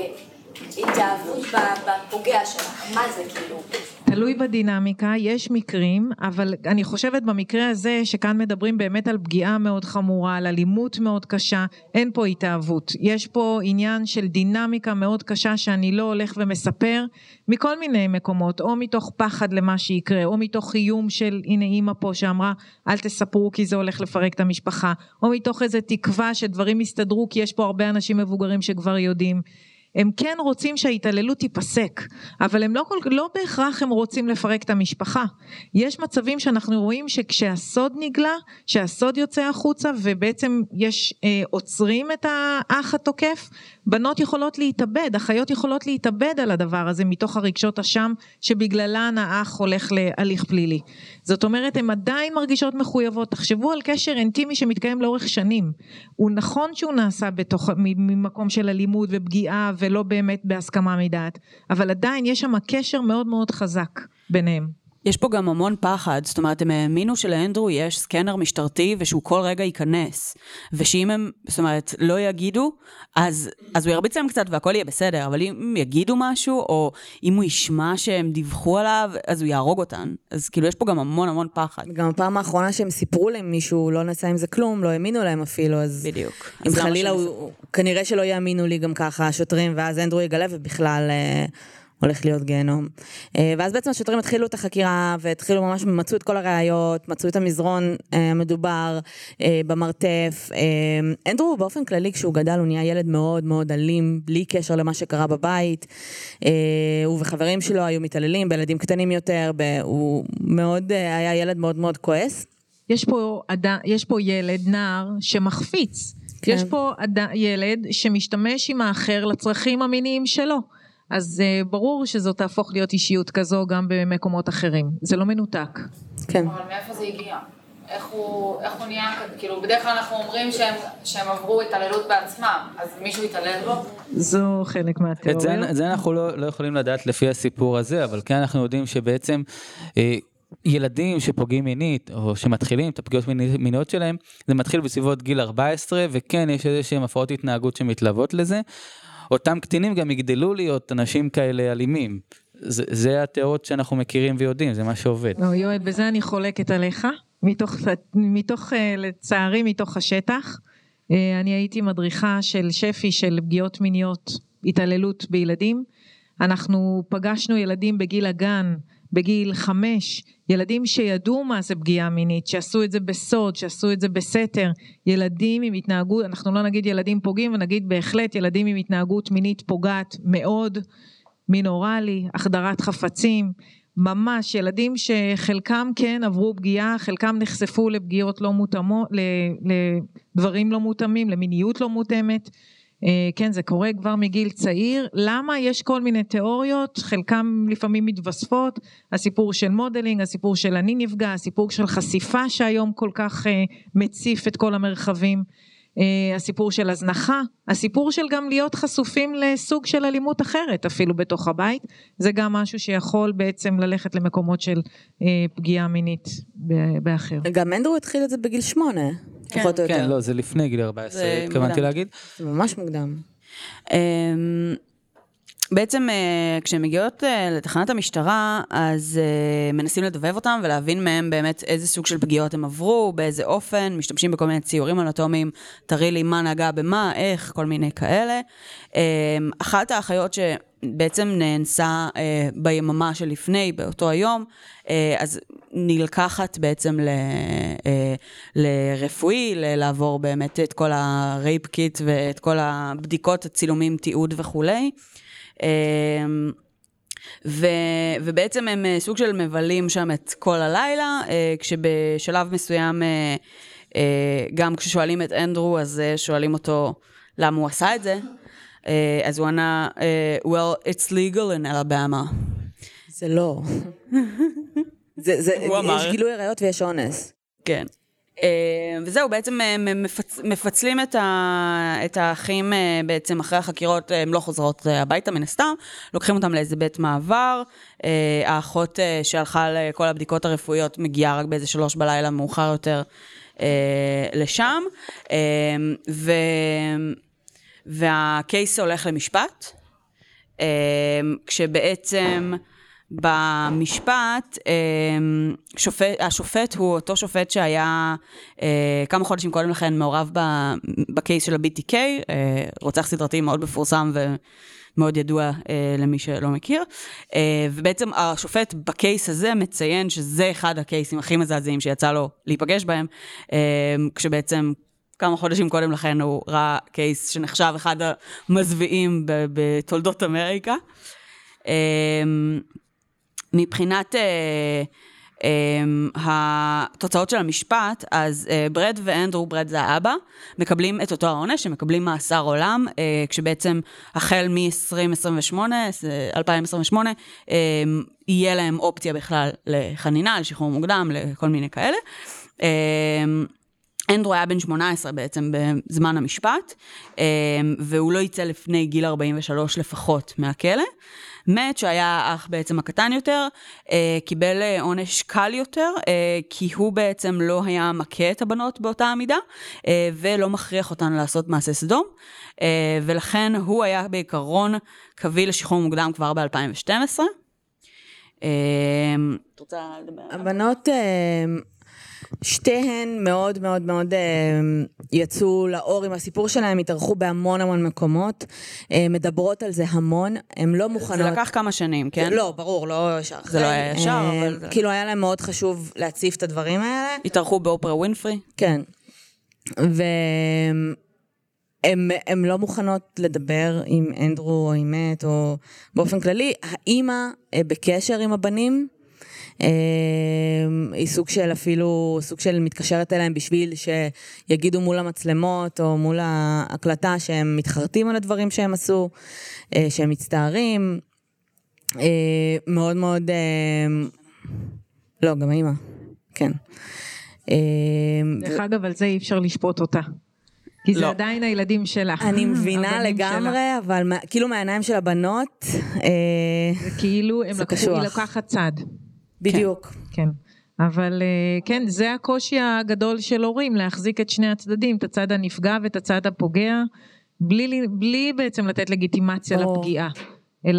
התאהבות בפוגע שלך? מה זה כאילו? תלוי בדינמיקה, יש מקרים, אבל אני חושבת במקרה הזה שכאן מדברים באמת על פגיעה מאוד חמורה, על אלימות מאוד קשה, אין פה התאהבות. יש פה עניין של דינמיקה מאוד קשה שאני לא הולך ומספר מכל מיני מקומות, או מתוך פחד למה שיקרה, או מתוך איום של הנה אימא פה שאמרה אל תספרו כי זה הולך לפרק את המשפחה, או מתוך איזו תקווה שדברים יסתדרו כי יש פה הרבה אנשים מבוגרים שכבר יודעים. הם כן רוצים שההתעללות תיפסק, אבל הם לא, לא בהכרח הם רוצים לפרק את המשפחה. יש מצבים שאנחנו רואים שכשהסוד נגלה, שהסוד יוצא החוצה, ובעצם יש אה, עוצרים את האח התוקף, בנות יכולות להתאבד, אחיות יכולות להתאבד על הדבר הזה, מתוך הרגשות אשם, שבגללן האח הולך להליך פלילי. זאת אומרת, הן עדיין מרגישות מחויבות. תחשבו על קשר אינטימי שמתקיים לאורך שנים. הוא נכון שהוא נעשה בתוך, ממקום של אלימות ופגיעה, ולא באמת בהסכמה מדעת, אבל עדיין יש שם קשר מאוד מאוד חזק ביניהם. יש פה גם המון פחד, זאת אומרת, הם האמינו שלאנדרו יש סקנר משטרתי, ושהוא כל רגע ייכנס, ושאם הם, זאת אומרת, לא יגידו, אז, אז הוא ירביץ להם קצת והכל יהיה בסדר, אבל אם יגידו משהו, או אם הוא ישמע שהם דיווחו עליו, אז הוא יהרוג אותן. אז כאילו יש פה גם המון המון פחד. גם הפעם האחרונה שהם סיפרו להם מישהו, לא נעשה עם זה כלום, לא האמינו להם אפילו, אז... בדיוק. אם חלילה הוא, כנראה שלא יאמינו לי גם ככה השוטרים, ואז אנדרו יגלה ובכלל... הולך להיות גיהנום. ואז בעצם השוטרים התחילו את החקירה, והתחילו ממש, מצאו את כל הראיות, מצאו את המזרון המדובר במרתף. אנדרו באופן כללי, כשהוא גדל, הוא נהיה ילד מאוד מאוד אלים, בלי קשר למה שקרה בבית. הוא וחברים שלו היו מתעללים, בילדים קטנים יותר, הוא מאוד, היה ילד מאוד מאוד כועס. יש פה, יש פה ילד, נער, שמחפיץ. כן. יש פה ילד שמשתמש עם האחר לצרכים המיניים שלו. אז uh, ברור שזאת תהפוך להיות אישיות כזו גם במקומות אחרים. זה לא מנותק. כן. אבל מאיפה זה הגיע? איך הוא, איך הוא נהיה כזה? כאילו, בדרך כלל אנחנו אומרים שהם, שהם עברו התעללות בעצמם, אז מישהו התעלל בו? זו חלק מהתיאוריה. את זה, את זה אנחנו לא, לא יכולים לדעת לפי הסיפור הזה, אבל כן אנחנו יודעים שבעצם... אה, ילדים שפוגעים מינית, או שמתחילים את הפגיעות מיניות שלהם, זה מתחיל בסביבות גיל ארבע עשרה, וכן יש איזושהי הפרעות התנהגות שמתלוות לזה, אותם קטינים גם יגדלו להיות אנשים כאלה אלימים. זה, זה התיאוריות שאנחנו מכירים ויודעים, זה מה שעובד. לא, יואל, בזה אני חולקת עליך, מתוך, מתוך, לצערי, מתוך השטח. אני הייתי מדריכה של שפי של פגיעות מיניות, התעללות בילדים. אנחנו פגשנו ילדים בגיל הגן, בגיל חמש, ילדים שידעו מה זה פגיעה מינית, שעשו את זה בסוד, שעשו את זה בסתר, ילדים עם התנהגות, אנחנו לא נגיד ילדים פוגעים, ונגיד בהחלט ילדים עם התנהגות מינית פוגעת מאוד, מינורלי, החדרת חפצים, ממש ילדים שחלקם כן עברו פגיעה, חלקם נחשפו לפגיעות לא מותאמות, לדברים לא מותאמים, למיניות לא מותאמת, כן, זה קורה כבר מגיל צעיר. למה? יש כל מיני תיאוריות, חלקם לפעמים מתווספות, הסיפור של מודלינג, הסיפור של אני נפגע, הסיפור של חשיפה שהיום כל כך מציף את כל המרחבים, הסיפור של הזנחה, הסיפור של גם להיות חשופים לסוג של אלימות אחרת, אפילו בתוך הבית, זה גם משהו שיכול בעצם ללכת למקומות של פגיעה מינית באחר. גם אנדרו התחיל את זה בגיל שמונה, פחות או יותר. כן, לא, זה לפני גיל ארבע עשרה, התכוונתי להגיד. זה ממש מוקדם. בעצם כשהן מגיעות לתחנת המשטרה, אז מנסים לדובב אותם ולהבין מהם באמת איזה סוג של פגיעות הם עברו, באיזה אופן, משתמשים בכל מיני ציורים אנטומיים, תראי לי מה נגע במה, איך, כל מיני כאלה. אחת האחיות שבעצם נאנסה ביממה שלפני, באותו היום, אז נלקחת בעצם לרפואי, לעבור באמת את כל הרייפ קיט ואת כל הבדיקות, הצילומים, תיעוד וכולי. ו, ובעצם הם סוג של מבלים שם את כל הלילה, כשבשלב מסוים, גם כששואלים את אנדרו, אז שואלים אותו למה הוא עשה את זה, אז הוא ענה, well, it's legal in Alabama. זה לא. זה, זה, יש גילוי עריות ויש אונס. כן. וזהו, בעצם מפצ... מפצלים את, ה... את האחים בעצם אחרי החקירות, הם לא חוזרות הביתה מן הסתם, לוקחים אותם לאיזה בית מעבר, האחות שהלכה לכל הבדיקות הרפואיות מגיעה רק באיזה שלוש בלילה מאוחר יותר לשם, ו... והקייס הולך למשפט, כשבעצם במשפט, שופט, השופט הוא אותו שופט שהיה כמה חודשים קודם לכן מעורב בקייס של ה-בי טי קיי, רוצח סדרתי מאוד מפורסם ומאוד ידוע למי שלא מכיר, ובעצם השופט בקייס הזה מציין שזה אחד הקייסים הכי מזעזעים שיצא לו להיפגש בהם, כשבעצם כמה חודשים קודם לכן הוא ראה קייס שנחשב אחד המזוויעים בתולדות אמריקה. מבחינת uh, um, התוצאות של המשפט, אז uh, ברד ואנדרו, ברד זה האבא, מקבלים את אותו העונש, הם מקבלים מאסר עולם, uh, כשבעצם החל מ-עשרים עשרים ושמונה, אלפיים עשרים ושמונה, um, יהיה להם אופציה בכלל לחנינה, לשחרור מוקדם, לכל מיני כאלה. Um, אנדרו היה בן שמונה עשרה בעצם בזמן המשפט, um, והוא לא יצא לפני גיל ארבעים ושלוש לפחות מהכלא. מאט, שהיה האח בעצם הקטן יותר, אה, קיבל עונש קל יותר, אה, כי הוא בעצם לא היה מכה את הבנות באותה המידה, אה, ולא מכריח אותן לעשות מעשה סדום, אה, ולכן הוא היה בעיקרון קביל לשחרור מוקדם כבר ב-אלפיים ושתים עשרה. אה, את רוצה לדבר? הבנות... אה... שתיהן מאוד מאוד מאוד יצאו לאור עם הסיפור שלהם, התארחו בהמון המון מקומות, מדברות על זה המון, הן לא מוכנות... זה לקח כמה שנים, כן? לא, ברור, לא ישר. זה לא היה ישר, אבל... כאילו היה להם מאוד חשוב להציף את הדברים האלה. התארחו באופרה ווינפרי? כן. והן לא מוכנות לדבר עם אנדרו או עם מאט, או באופן כללי, האמא בקשר עם הבנים, היא סוג של אפילו, סוג של מתקשרת אליהם בשביל שיגידו מול המצלמות או מול ההקלטה שהם מתחרטים על הדברים שהם עשו, שהם מצטערים, מאוד מאוד, לא, גם האמא, כן. דרך אגב, על זה אי אפשר לשפוט אותה. כי זה עדיין הילדים שלה. אני מבינה לגמרי, אבל כאילו מהעיניים של הבנות, זה כאילו, היא לקחת צד. בדיוק. כן. אבל כן, זה הקושי הגדול של הורים, להחזיק את שני הצדדים, את הצד הנפגע ואת הצד הפוגע, בלי, בלי בעצם לתת לגיטימציה או. לפגיעה, אלא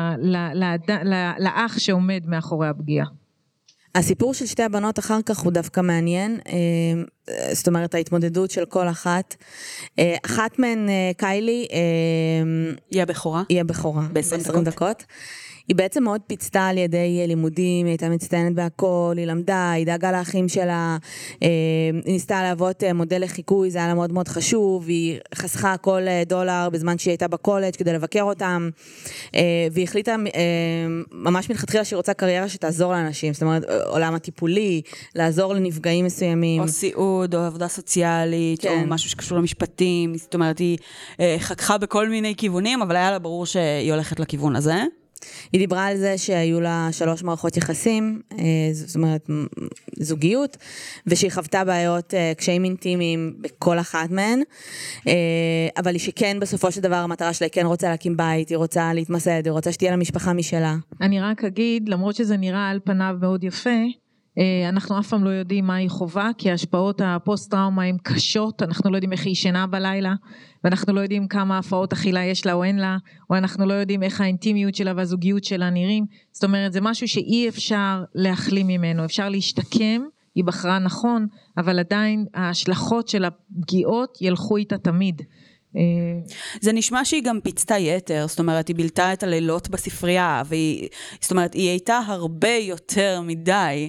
לאח שעומד מאחורי הפגיעה. הסיפור של שתי הבנות אחר כך הוא דווקא מעניין, זאת אומרת ההתמודדות של כל אחת, אחת מהן קיילי, היא הבכורה, היא הבכורה, ב-עשרים דקות. היא בעצם מאוד פיצתה על ידי לימודים, היא הייתה מצטיינת בהכל, היא למדה, היא דאגה לאחים שלה, היא ניסתה להוות מודל לחיקוי, זה היה לה מאוד מאוד חשוב, היא חסכה כל דולר בזמן שהיא הייתה בקולג' כדי לבקר אותם, והיא החליטה ממש מלכתחילה שהיא רוצה קריירה שתעזור לאנשים, זאת אומרת, עולם הטיפולי, לעזור לנפגעים מסוימים. או סיעוד. סיעוד, או עבודה סוציאלית, כן. או משהו שקשור למשפטים, זאת אומרת, היא אה, חככה בכל מיני כיוונים, אבל היה לה ברור שהיא הולכת לכיוון הזה. היא דיברה על זה שהיו לה שלוש מערכות יחסים, זאת אומרת זוגיות, ושהיא חוותה בעיות, קשיים אינטימיים בכל אחת מהן, אבל היא שכן בסופו של דבר המטרה שלה היא כן רוצה להקים בית, היא רוצה להתמסד, היא רוצה שתהיה לה משפחה משלה. אני רק אגיד, למרות שזה נראה על פניו מאוד יפה, אנחנו אף פעם לא יודעים מה היא חובה, כי ההשפעות הפוסט-טראומה הן קשות, אנחנו לא יודעים איך היא ישנה בלילה, ואנחנו לא יודעים כמה הפרעות אכילה יש לה או אין לה, או אנחנו לא יודעים איך האינטימיות שלה והזוגיות שלה נראים, זאת אומרת, זה משהו שאי אפשר להחלים ממנו, אפשר להשתקם, היא בחרה נכון, אבל עדיין ההשלכות של הפגיעות ילכו איתה תמיד. זה נשמע שהיא גם פיצתה יתר, זאת אומרת, היא בילתה את הלילות בספרייה, והיא, זאת אומרת, היא הייתה הרבה יותר מדי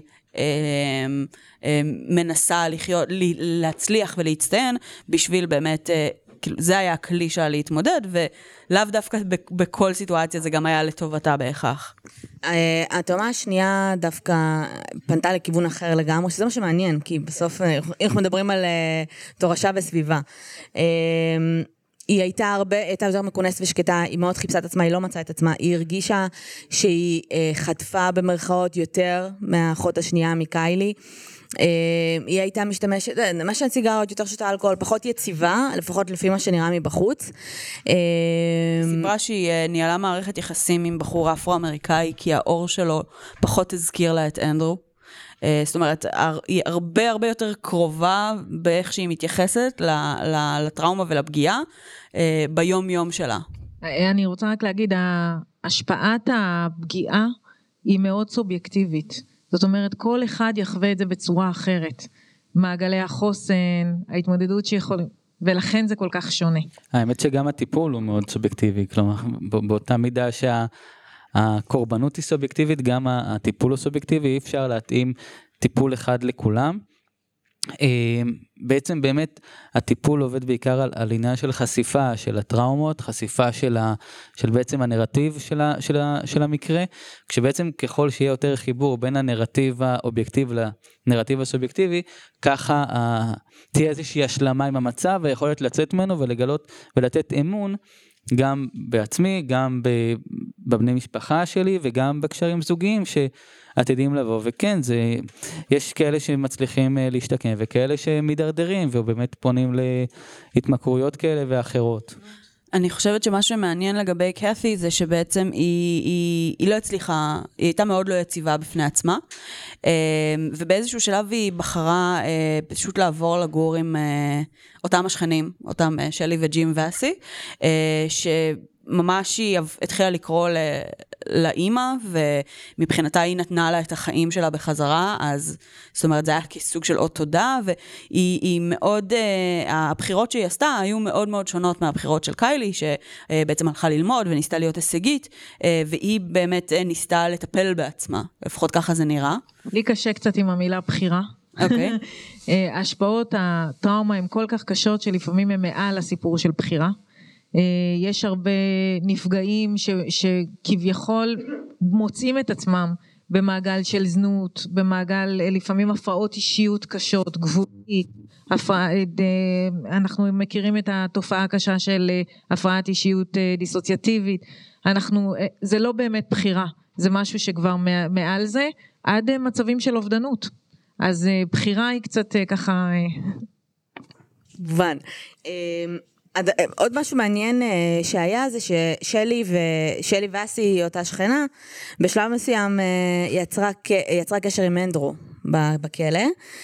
מנסה לחיות, להצליח ולהצטיין, בשביל באמת, זה היה הכלי שלה להתמודד, ולאו דווקא בכל סיטואציה זה גם היה לטובתה בהכרח. התאומה השנייה דווקא פנתה לכיוון אחר לגמרי, שזה מה שמעניין, כי בסוף אנחנו מדברים על תורשה וסביבה. היא הייתה הרבה, הייתה יותר מכונסת ושקטה, היא מאוד חיפשה את עצמה, היא לא מצאה את עצמה, היא הרגישה שהיא אה, חטפה במרכאות יותר מהאחות השנייה מקיילי, אה, היא הייתה משתמשת, מה שהן סיגרות, יותר שותה אלכוהול, פחות יציבה, לפחות לפי מה שנראה מבחוץ. אה, סיפרה שהיא ניהלה מערכת יחסים עם בחור אפרו-אמריקאי, כי האור שלו פחות הזכיר לה את אנדרו. זאת אומרת, היא הרבה הרבה יותר קרובה באיך שהיא מתייחסת לטראומה ולפגיעה ביום יום שלה. אני רוצה רק להגיד, השפעת הפגיעה היא מאוד סובייקטיבית. זאת אומרת, כל אחד יחווה את זה בצורה אחרת. מעגלי החוסן, ההתמודדות שיכולים, ולכן זה כל כך שונה. האמת שגם הטיפול הוא מאוד סובייקטיבי, כלומר, באותה מידה שה... הקורבנות היא סובייקטיבית, גם הטיפול הוא סובייקטיבי, אי אפשר להתאים טיפול אחד לכולם. בעצם באמת הטיפול עובד בעיקר על, על עניין של חשיפה של הטראומות, חשיפה של, ה, של בעצם הנרטיב של, ה, של, ה, של המקרה, כשבעצם ככל שיהיה יותר חיבור בין הנרטיב האובייקטיב לנרטיב הסובייקטיבי, ככה ה, תהיה איזושהי השלמה עם המצב, ויכולת לצאת ממנו ולגלות ולתת אמון, גם בעצמי, גם בבני משפחה שלי, וגם בקשרים זוגיים שעתידים לבוא, וכן, זה, יש כאלה שמצליחים להשתקם, וכאלה שמדרדרים, ובאמת פונים להתמכרויות כאלה ואחרות. אני חושבת שמה שמעניין לגבי קאתי זה שבעצם היא, היא, היא לא הצליחה, היא הייתה מאוד לא יציבה בפני עצמה, ובאיזשהו שלב היא בחרה פשוט לעבור לגור עם אותם השכנים, אותם שלי וג'ים ואסי, שממש היא התחילה לקרוא לאמא, ומבחינתה היא נתנה לה את החיים שלה בחזרה, אז זאת אומרת זה היה כסוג של עוד תודה, והיא מאוד, הבחירות שהיא עשתה היו מאוד מאוד שונות מהבחירות של קיילי, שבעצם הלכה ללמוד וניסתה להיות הישגית, והיא באמת ניסתה לטפל בעצמה, לפחות ככה זה נראה. לי קשה קצת עם המילה בחירה. אוקיי. השפעות הטראומה הן כל כך קשות, שלפעמים הן מעל הסיפור של בחירה. יש הרבה נפגעים ש, שכביכול מוצאים את עצמם במעגל של זנות, במעגל לפעמים הפרעות אישיות קשות, גבולית, הפרע, אנחנו מכירים את התופעה הקשה של הפרעת אישיות דיסוציאטיבית, אנחנו, זה לא באמת בחירה, זה משהו שכבר מעל זה, עד מצבים של אובדנות, אז בחירה היא קצת ככה... מובן. עוד משהו מעניין שהיה זה ששלי ושלי ואסי, אותה שכנה, בשלב מסוים יצרה, יצרה קשר עם אנדרו בכלא,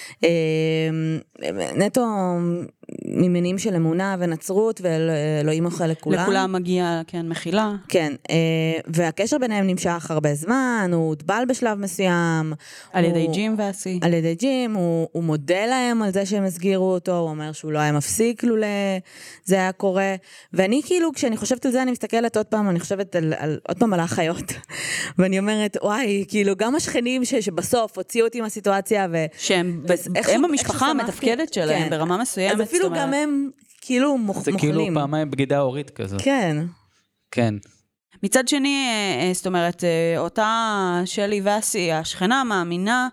נטו ממניעים של אמונה ונצרות, ואלוהים אוכל לכולם. לכולם מגיע, כן, מחילה. כן, והקשר ביניהם נמשך הרבה זמן, הוא הוטבל בשלב מסוים. על ידי ג'ים ואסי. על ידי ג'ים, הוא, הוא מודה להם על זה שהם הסגירו אותו, הוא אומר שהוא לא היה מפסיק לולא זה היה קורה, ואני כאילו, כשאני חושבת על זה, אני מסתכלת עוד פעם, אני חושבת על, על, עוד פעם על האחיות, ואני אומרת, וואי, כאילו, גם השכנים ש, שבסוף הוציאו אותי מהסיטואציה, ו... שהם, הם המשפחה המתפקדת שלהם, ברמה מסוימת. אז אפילו גם הם, כאילו, מוכלים. זה כאילו פעמיים בגידה הורית כזאת. כן. כן. מצד שני, זאת אומרת, אותה שלי ואסי, השכנה מאמינה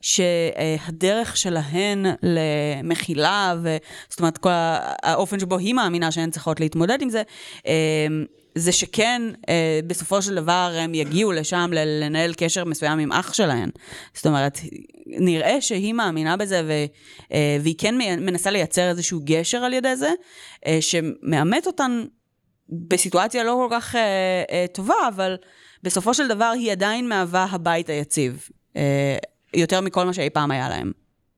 שהדרך שלהן למחילה, זאת אומרת, כל האופן שבו היא מאמינה שהן צריכות להתמודד עם זה, זה שכן, בסופו של דבר הם יגיעו לשם לנהל קשר מסוים עם אח שלהן. זאת אומרת, נראה שהיא מאמינה בזה, והיא כן מנסה לייצר איזשהו גשר על ידי זה, שמאמת אותן בסיטואציה לא כל כך טובה, אבל בסופו של דבר היא עדיין מהווה הבית היציב, יותר מכל מה שאי פעם היה להם.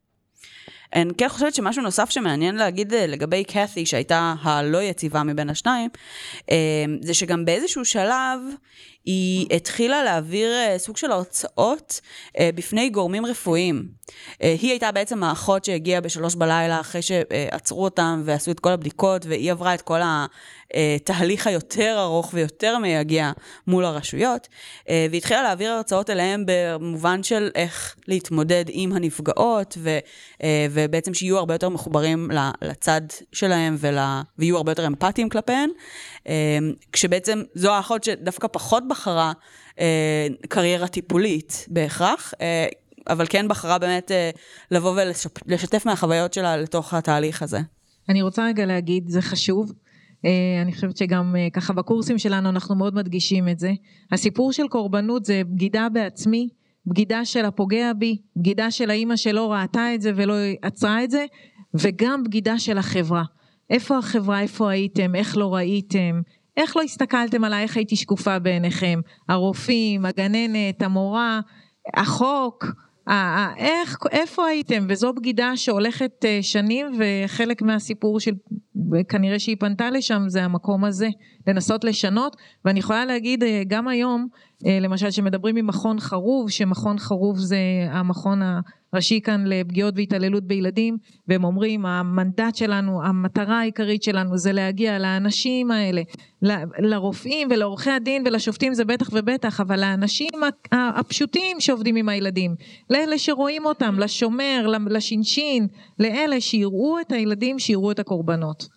אני כן חושבת שמשהו נוסף שמעניין להגיד לגבי קאתי, שהייתה הלא יציבה מבין השניים, זה שגם באיזשהו שלב היא התחילה להעביר סוג של הרצאות בפני גורמים רפואיים. היא הייתה בעצם האחות שהגיעה בשלוש בלילה אחרי שעצרו אותם ועשו את כל הבדיקות, והיא עברה את כל התהליך היותר ארוך ויותר מייגע מול הרשויות, והיא התחילה להעביר הרצאות אליהם במובן של איך להתמודד עם הנפגעות, ו, ובעצם שיהיו הרבה יותר מחוברים לצד שלהם ויהיו הרבה יותר אמפתיים כלפיהן, כשבעצם זו האחות שדווקא פחות בחרה קריירה טיפולית בהכרח, אבל כן בחרה באמת לבוא ולשתף מהחוויות שלה לתוך התהליך הזה. אני רוצה רגע להגיד, זה חשוב, אני חושבת שגם ככה בקורסים שלנו אנחנו מאוד מדגישים את זה. הסיפור של קורבנות זה בגידה בעצמי, בגידה של הפוגע בי, בגידה של האמא שלא ראתה את זה ולא עצרה את זה, וגם בגידה של החברה. איפה החברה, איפה הייתם, איך לא ראיתם, איך לא הסתכלתם עליי, איך הייתי שקופה בעיניכם, הרופאים, הגננת, המורה, החוק, איך, איפה הייתם? וזו בגידה שהולכת שנים, וחלק מהסיפור של, כנראה שהיא פנתה לשם, זה המקום הזה, לנסות לשנות, ואני יכולה להגיד גם היום, למשל שמדברים עם מכון חרוב, שמכון חרוב זה המכון הראשי כאן לפגיעות והתעללות בילדים, והם אומרים, המנדט שלנו, המטרה העיקרית שלנו, זה להגיע לאנשים האלה, ל- לרופאים ולעורכי הדין ולשופטים זה בטח ובטח, אבל לאנשים הפשוטים שעובדים עם הילדים, לאלה שרואים אותם, לשומר, לשינשין, לאלה שיראו את הילדים, שיראו את הקורבנות.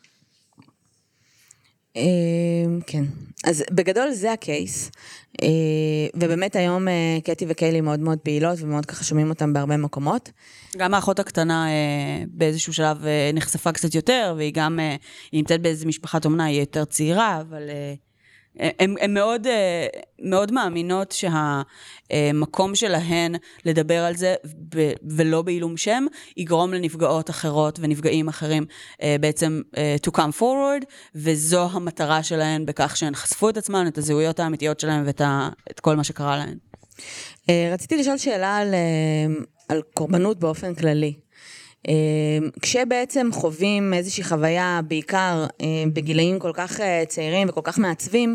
כן, אז בגדול זה הקייס, ובאמת היום קטי וקיילי מאוד מאוד פעילות, ומאוד ככה שומעים אותם בהרבה מקומות. גם האחות הקטנה באיזשהו שלב נחשפה קצת יותר, והיא גם, היא נמצאת באיזו משפחת אומנה, היא יותר צעירה, אבל הן מאוד, מאוד מאמינות שהמקום שלהן לדבר על זה ולא בעילום שם, יגרום לנפגעות אחרות ונפגעים אחרים בעצם to come forward, וזו המטרה שלהן בכך שהן חשפו את עצמן, את הזהויות האמיתיות שלהן ואת כל מה שקרה להן. רציתי לשאול שאלה על, על קורבנות באופן כללי. כשבעצם חווים איזושהי חוויה, בעיקר בגילאים כל כך צעירים וכל כך מעצבים,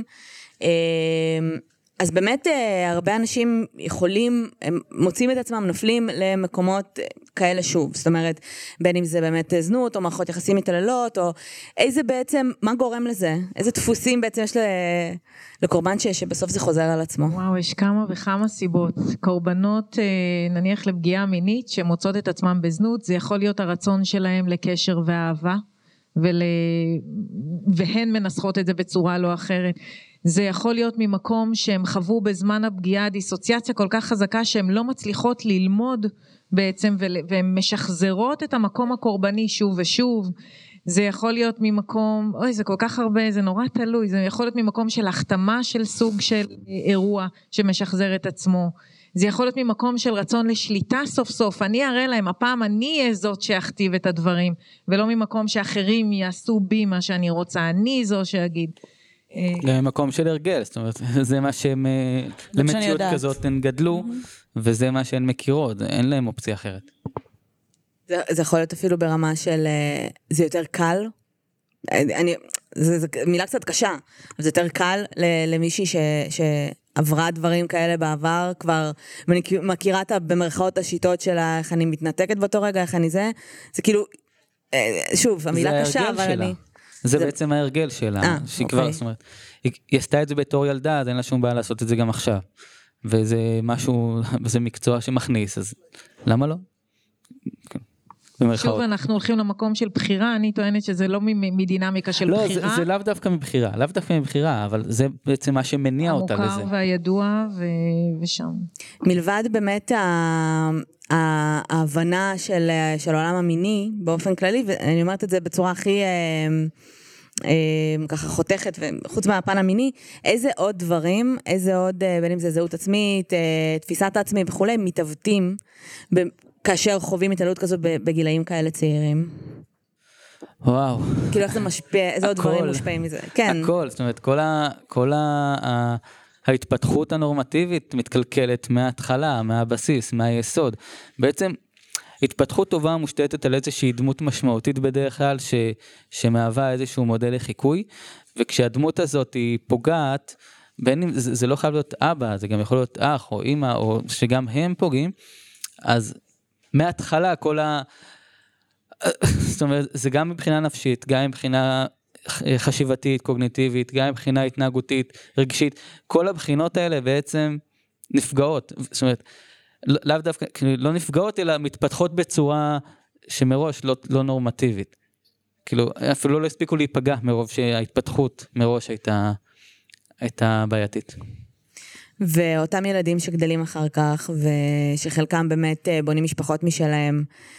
אז באמת הרבה אנשים יכולים, הם מוצאים את עצמם, נופלים למקומות כאלה שוב, זאת אומרת, בין אם זה באמת זנות, או מערכות יחסים מתעללות, או איזה בעצם, מה גורם לזה? איזה דפוסים בעצם יש לקורבן ש, שבסוף זה חוזר על עצמו? וואו, יש כמה וכמה סיבות. קורבנות, נניח לפגיעה מינית, שמוצאות את עצמם בזנות, זה יכול להיות הרצון שלהם לקשר ואהבה, ול... והן מנסחות את זה בצורה לא אחרת. זה יכול להיות ממקום שהם חוו בזמן הפגיעה, דיסוציאציה כל כך חזקה שהן לא מצליחות ללמוד בעצם, והן משחזרות את המקום הקורבני שוב ושוב. זה יכול להיות ממקום, אוי זה כל כך הרבה, זה נורא תלוי, זה יכול להיות ממקום של החתמה של סוג של אירוע שמשחזר את עצמו. זה יכול להיות ממקום של רצון לשליטה סוף סוף, אני אראה להם, הפעם אני אהיה זאת שאכתיב את הדברים, ולא ממקום שאחרים יעשו בי מה שאני רוצה, אני זו שאגיד. למקום של הרגל, זאת אומרת, זה מה שהם, למציאות כזאת הן גדלו, וזה מה שהן מכירות, אין להם אופציה אחרת. זה, זה יכול להיות אפילו ברמה של, זה יותר קל, אני, זה, זה מילה קצת קשה, אבל זה יותר קל למישהי ש, שעברה דברים כאלה בעבר, כבר, ואני מכירה את במרכאות השיטות שלה, איך אני מתנתקת באותו רגע, איך אני זה, זה כאילו, שוב, המילה קשה, אבל אני... זה בעצם ההרגל שלה, שהיא כבר, זאת אומרת, היא עשתה את זה בתור ילדה, אז אין לה שום בעיה לעשות את זה גם עכשיו, וזה משהו, וזה מקצוע שמכניס, אז למה לא? שוב אנחנו הולכים למקום של בחירה, אני טוענת שזה לא מדינמיקה של לא, בחירה. זה, זה לאו דווקא מבחירה, לאו דווקא מבחירה, אבל זה בעצם מה שמניע אותה לזה. המוכר והידוע ו... ושם. מלבד באמת ההבנה של, של העולם המיני באופן כללי, ואני אומרת את זה בצורה הכי ככה חותכת, וחוץ מהפן המיני, איזה עוד דברים, איזה עוד, בין אם זה זהות עצמית, תפיסת העצמי וכו', מתעוותים כאשר חווים התעללות כזאת בגילאים כאלה צעירים. וואו. כאילו איך זה משפיע, איזה עוד דברים מושפעים מזה. כן. הכל, זאת אומרת, כל ה... כל ה... ההתפתחות הנורמטיבית מתקלקלת מההתחלה, מהבסיס, מהיסוד. בעצם, התפתחות טובה מושתתת על איזושהי דמות משמעותית בדרך כלל, ש... שמהווה איזשהו מודל לחיקוי, וכשהדמות הזאת היא פוגעת, בין אם זה, זה לא חייב להיות אבא, זה גם יכול להיות אח או אמא, או שגם הם פוגעים, אז מההתחלה כל ה... זאת אומרת, זה גם מבחינה נפשית, גם מבחינה חשיבתית, קוגניטיבית, גם מבחינה התנהגותית, רגשית, כל הבחינות האלה בעצם נפגעות, זאת אומרת, לאו דווקא, כאילו, לא נפגעות, אלא מתפתחות בצורה שמראש לא, לא נורמטיבית. כאילו, אפילו לא הספיקו להיפגע מרוב שההתפתחות מראש הייתה, הייתה בעייתית. ואותם ילדים שגדלים אחר כך, ושחלקם באמת בונים משפחות משלהם,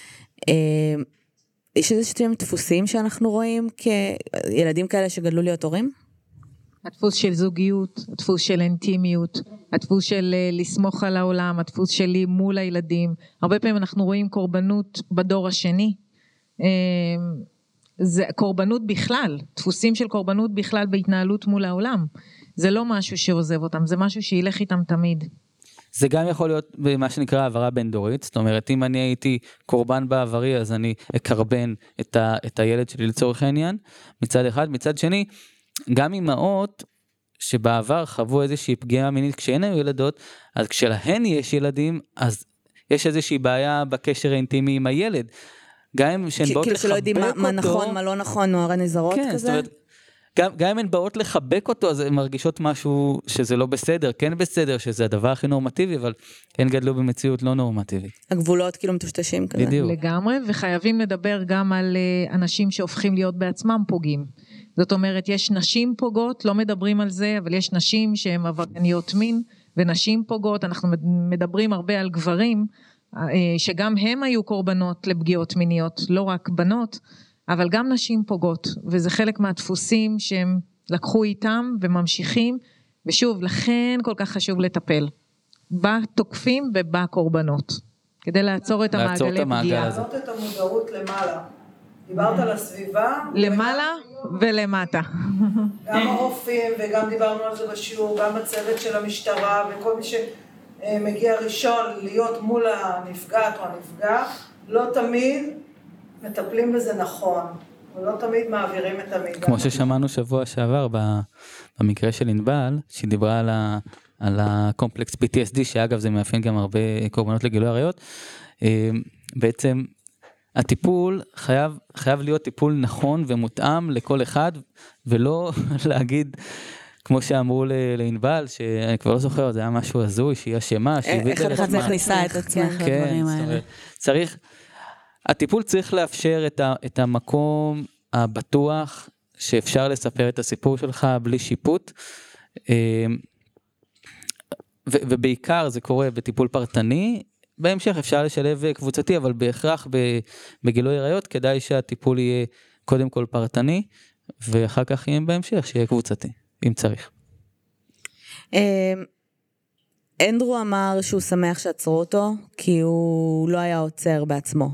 יש איזה שתיים דפוסים שאנחנו רואים כילדים כאלה שגדלו להיות הורים? הדפוס של זוגיות, הדפוס של אינטימיות, הדפוס של לסמוך על העולם, הדפוס שלי מול הילדים. הרבה פעמים אנחנו רואים קורבנות בדור השני. זה קורבנות בכלל, דפוסים של קורבנות בכלל בהתנהלות מול העולם. זה לא משהו שעוזב אותם, זה משהו שילך איתם תמיד. זה גם יכול להיות במה שנקרא העברה בין דורית, זאת אומרת, אם אני הייתי קורבן בעברי, אז אני אקרבן את, ה, את הילד שלי לצורך העניין, מצד אחד, מצד שני, גם אמהות שבעבר חוו איזושהי פגיעה מינית כשהן היו ילדות, אז כשלהן יש ילדים, אז יש איזושהי בעיה בקשר האינטימי עם הילד, גם אם שהן באות לחבק אותו. כאילו שלא יודעים מה, מה נכון, מה לא נכון, נוער נזרות כן, כזה? זאת אומרת, גם, גם אם הן באות לחבק אותו, אז הן מרגישות משהו שזה לא בסדר, כן בסדר, שזה הדבר הכי נורמטיבי, אבל הן גדלו במציאות לא נורמטיבית. הגבולות כאילו מטושטשים כזה. בדיוק. לגמרי, וחייבים לדבר גם על אנשים שהופכים להיות בעצמם פוגעים. זאת אומרת, יש נשים פוגעות, לא מדברים על זה, אבל יש נשים שהן עברייניות מין, ונשים פוגעות, אנחנו מדברים הרבה על גברים, שגם הם היו קורבנות לפגיעות מיניות, לא רק בנות, אבל גם נשים פוגעות, וזה חלק מהדפוסים שהם לקחו איתם וממשיכים, ושוב, לכן כל כך חשוב לטפל, בתוקפים ובקורבנות, כדי לעצור את המעגלי פגיעה. לעשות את המודעות למעלה. דיברת על הסביבה. למעלה ולמטה. גם הרופאים, וגם דיברנו על זה בשיעור, גם הצוות של המשטרה, וכל מי שמגיע ראשון להיות מול הנפגעת או הנפגע, לא תמיד מטפלים בזה נכון, ולא תמיד מעבירים את המידע. כמו ששמענו שבוע שעבר במקרה של ענבל, שהיא דיברה על ה... על הקומפלקס פי טי אס די, שאגב זה מאפיין גם הרבה קורבנות לגילוי עריות, בעצם הטיפול חייב, חייב להיות טיפול נכון ומותאם לכל אחד, ולא להגיד, כמו שאמרו לענבל, שאני כבר לא זוכר, זה היה משהו הזוי, שהיא אשמה, שהיא איך את מכניסה את עצמך לדברים האלה. צריך, הטיפול צריך לאפשר את, ה, את המקום הבטוח, שאפשר לספר את הסיפור שלך בלי שיפוט, ו- ובעיקר זה קורה בטיפול פרטני, בהמשך אפשר לשלב קבוצתי, אבל בהכרח בגילוי עריות, כדאי שהטיפול יהיה קודם כל פרטני, ואחר כך יהיה בהמשך שיהיה קבוצתי, אם צריך. אנדרו אמר שהוא שמח שעצרו אותו, כי הוא לא היה עוצר בעצמו.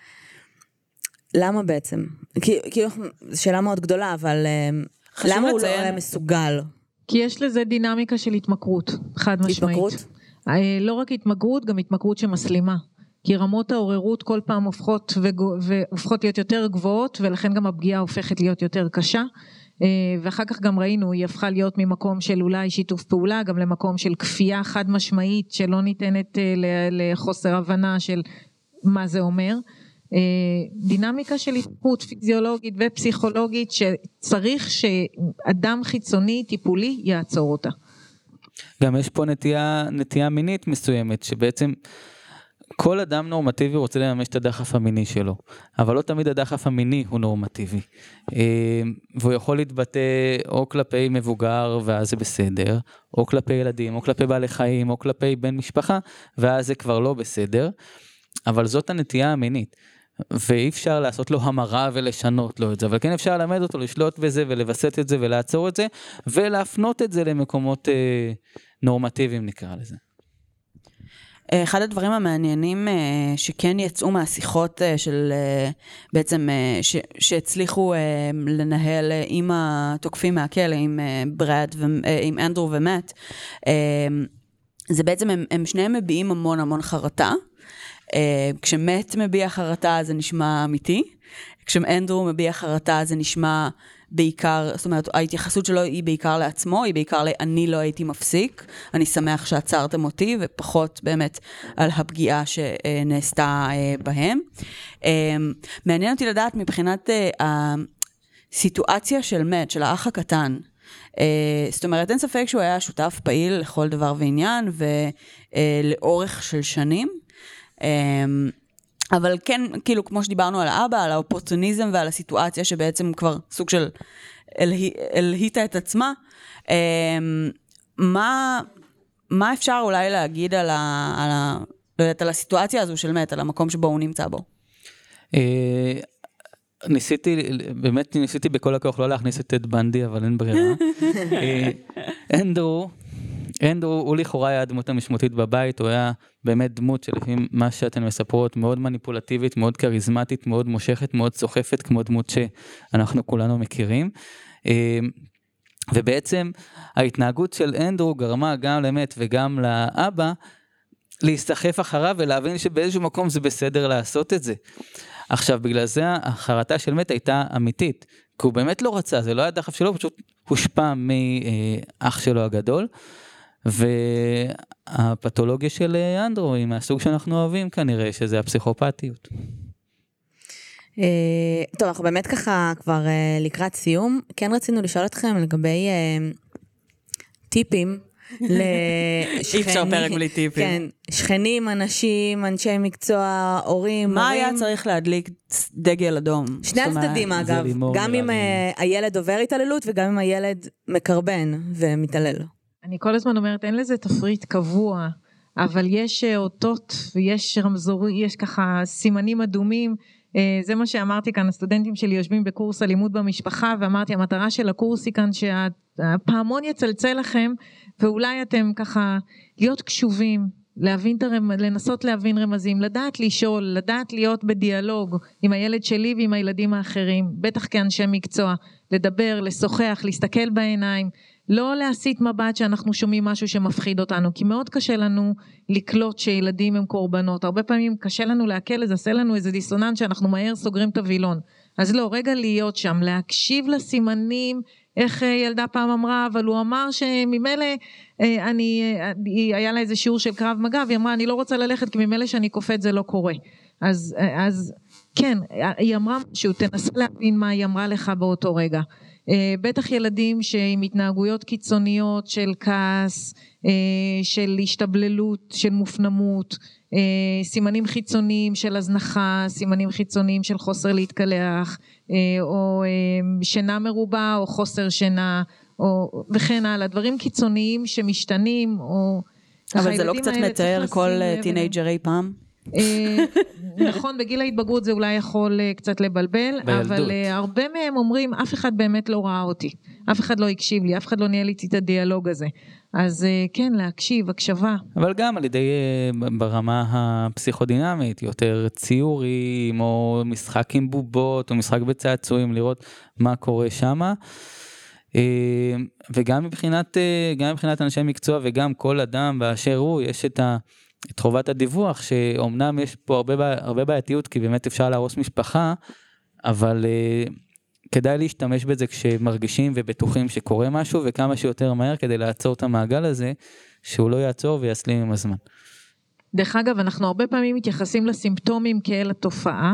למה בעצם? כאילו, זו שאלה מאוד גדולה, אבל למה הוא לא היה מסוגל? כי יש לזה דינמיקה של התמכרות, חד משמעית. התמכרות? לא רק התמכרות, גם התמכרות שמסלימה. כי רמות העוררות כל פעם הופכות, והופכות להיות יותר גבוהות, ולכן גם הפגיעה הופכת להיות יותר קשה. ואחר כך גם ראינו, היא הפכה להיות ממקום של אולי שיתוף פעולה, גם למקום של כפייה חד משמעית, שלא ניתנת לחוסר הבנה של מה זה אומר. דינמיקה של התפתחות פיזיולוגית ופסיכולוגית שצריך שאדם חיצוני טיפולי יעצור אותה. גם יש פה נטייה, נטייה מינית מסוימת שבעצם כל אדם נורמטיבי רוצה לממש את הדחף המיני שלו, אבל לא תמיד הדחף המיני הוא נורמטיבי. והוא יכול להתבטא או כלפי מבוגר, ואז זה בסדר, או כלפי ילדים, או כלפי בעלי חיים, או כלפי בן משפחה, ואז זה כבר לא בסדר. אבל זאת הנטייה המינית. ואי אפשר לעשות לו המרה ולשנות לו את זה, אבל כן אפשר ללמד אותו לשלוט בזה ולבסט את זה ולעצור את זה, ולהפנות את זה למקומות אה, נורמטיביים נקרא לזה. אחד הדברים המעניינים שכן יצאו מהשיחות של בעצם ש, שהצליחו לנהל עם התוקפים מהכלא, עם ברד ועם אנדרו ומט, זה בעצם הם, הם שניהם מביעים המון המון חרטה, כשמת מביע חרטה זה נשמע אמיתי, כשאנדרו מביע חרטה זה נשמע בעיקר, זאת אומרת, ההתייחסות שלו היא בעיקר לעצמו, היא בעיקר אני לא הייתי מפסיק, אני שמח שעצרתם אותי, ופחות באמת על הפגיעה שנעשתה בהם. מעניין אותי לדעת מבחינת הסיטואציה של מת, של האח הקטן, זאת אומרת, אין ספק שהוא היה שותף פעיל לכל דבר ועניין, ולאורך של שנים, אבל כן, כאילו, כמו שדיברנו על האבא, על האופורטוניזם ועל הסיטואציה שבעצם כבר סוג של הלהיטה את עצמה, מה, מה אפשר אולי להגיד על ה, על ה, לא יודעת, על הסיטואציה הזו של מת, על המקום שבו הוא נמצא בו? ניסיתי, באמת ניסיתי בכל הכוח לא להכניס את טד בנדי, אבל אין ברירה. אנדרו, אנדרו הוא לכאורה היה הדמות המשמעותית בבית, הוא היה באמת דמות שלפעמים מה שאתן מספרות, מאוד מניפולטיבית, מאוד כריזמטית, מאוד מושכת, מאוד סוחפת, כמו דמות שאנחנו כולנו מכירים. ובעצם ההתנהגות של אנדרו גרמה גם למת וגם לאבא, להסתחף אחריו ולהבין שבאיזשהו מקום זה בסדר לעשות את זה. עכשיו, בגלל זה החרטה של מת הייתה אמיתית, כי הוא באמת לא רצה, זה לא היה דחף שלו, פשוט הושפע מאח שלו הגדול, והפתולוגיה של אנדרו היא מהסוג שאנחנו אוהבים כנראה, שזה הפסיכופתיות. טוב, אנחנו באמת ככה כבר לקראת סיום, כן רצינו לשאול אתכם לגבי טיפים, אי אפשר פרק בלי טיפים. כן, שכנים, אנשים, אנשי מקצוע, הורים, מה היה צריך להדליק דגל אדום? שני הצדדים אגב, גם אם הילד עובר התעללות וגם אם הילד מקרבן ומתעלל. אני כל הזמן אומרת, אין לזה תפריט קבוע, אבל יש אותות ויש רמזורים, יש ככה סימנים אדומים, זה מה שאמרתי כאן, הסטודנטים שלי יושבים בקורס אלימות במשפחה, ואמרתי, המטרה של הקורס היא כאן שהפעמון יצלצל לכם, ואולי אתם ככה להיות קשובים, להבין את הרמ... לנסות להבין רמזים, לדעת לשאול, לדעת להיות בדיאלוג עם הילד שלי ועם הילדים האחרים, בטח כאנשי מקצוע, לדבר, לשוחח, להסתכל בעיניים, לא להסיט מבט שאנחנו שומעים משהו שמפחיד אותנו, כי מאוד קשה לנו לקלוט שילדים הם קורבנות, הרבה פעמים קשה לנו להקל, זה עושה לנו איזה דיסוננס שאנחנו מהר סוגרים את הווילון, אז לא, רגע להיות שם, להקשיב לסימנים, איך ילדה פעם אמרה, אבל הוא אמר שממילא, אני, היה לה איזה שיעור של קרב מגע, והיא אמרה, אני לא רוצה ללכת, כי ממילא שאני קופאת זה לא קורה, אז, אז כן, היא אמרה שהוא תנסה להבין מה היא אמרה לך באותו רגע, בטח ילדים שעם התנהגויות קיצוניות של כעס, של השתבללות, של מופנמות, סימנים חיצוניים של הזנחה, סימנים חיצוניים של חוסר להתקלח, או שינה מרובה או חוסר שינה, או וכן הלאה, דברים קיצוניים שמשתנים, או אבל זה לא קצת מתאר כל טינג'ר אי פעם? נכון, בגיל ההתבגרות זה אולי יכול קצת לבלבל, אבל הרבה מהם אומרים, אף אחד באמת לא ראה אותי, אף אחד לא הקשיב לי, אף אחד לא ניהל איתי את הדיאלוג הזה, אז כן, להקשיב, הקשבה. אבל גם על ידי ברמה הפסיכודינמית, יותר ציורים, או משחק עם בובות, או משחק בצעצועים, לראות מה קורה שמה, וגם מבחינת, גם מבחינת אנשי מקצוע, וגם כל אדם באשר הוא, יש את ה... את חובת הדיווח, שאומנם יש פה הרבה, הרבה בעייתיות, כי באמת אפשר להרוס משפחה, אבל uh, כדאי להשתמש בזה כשמרגישים ובטוחים שקורה משהו, וכמה שיותר מהר כדי לעצור את המעגל הזה, שהוא לא יעצור ויסלים עם הזמן. דרך אגב, אנחנו הרבה פעמים מתייחסים לסימפטומים כאל התופעה,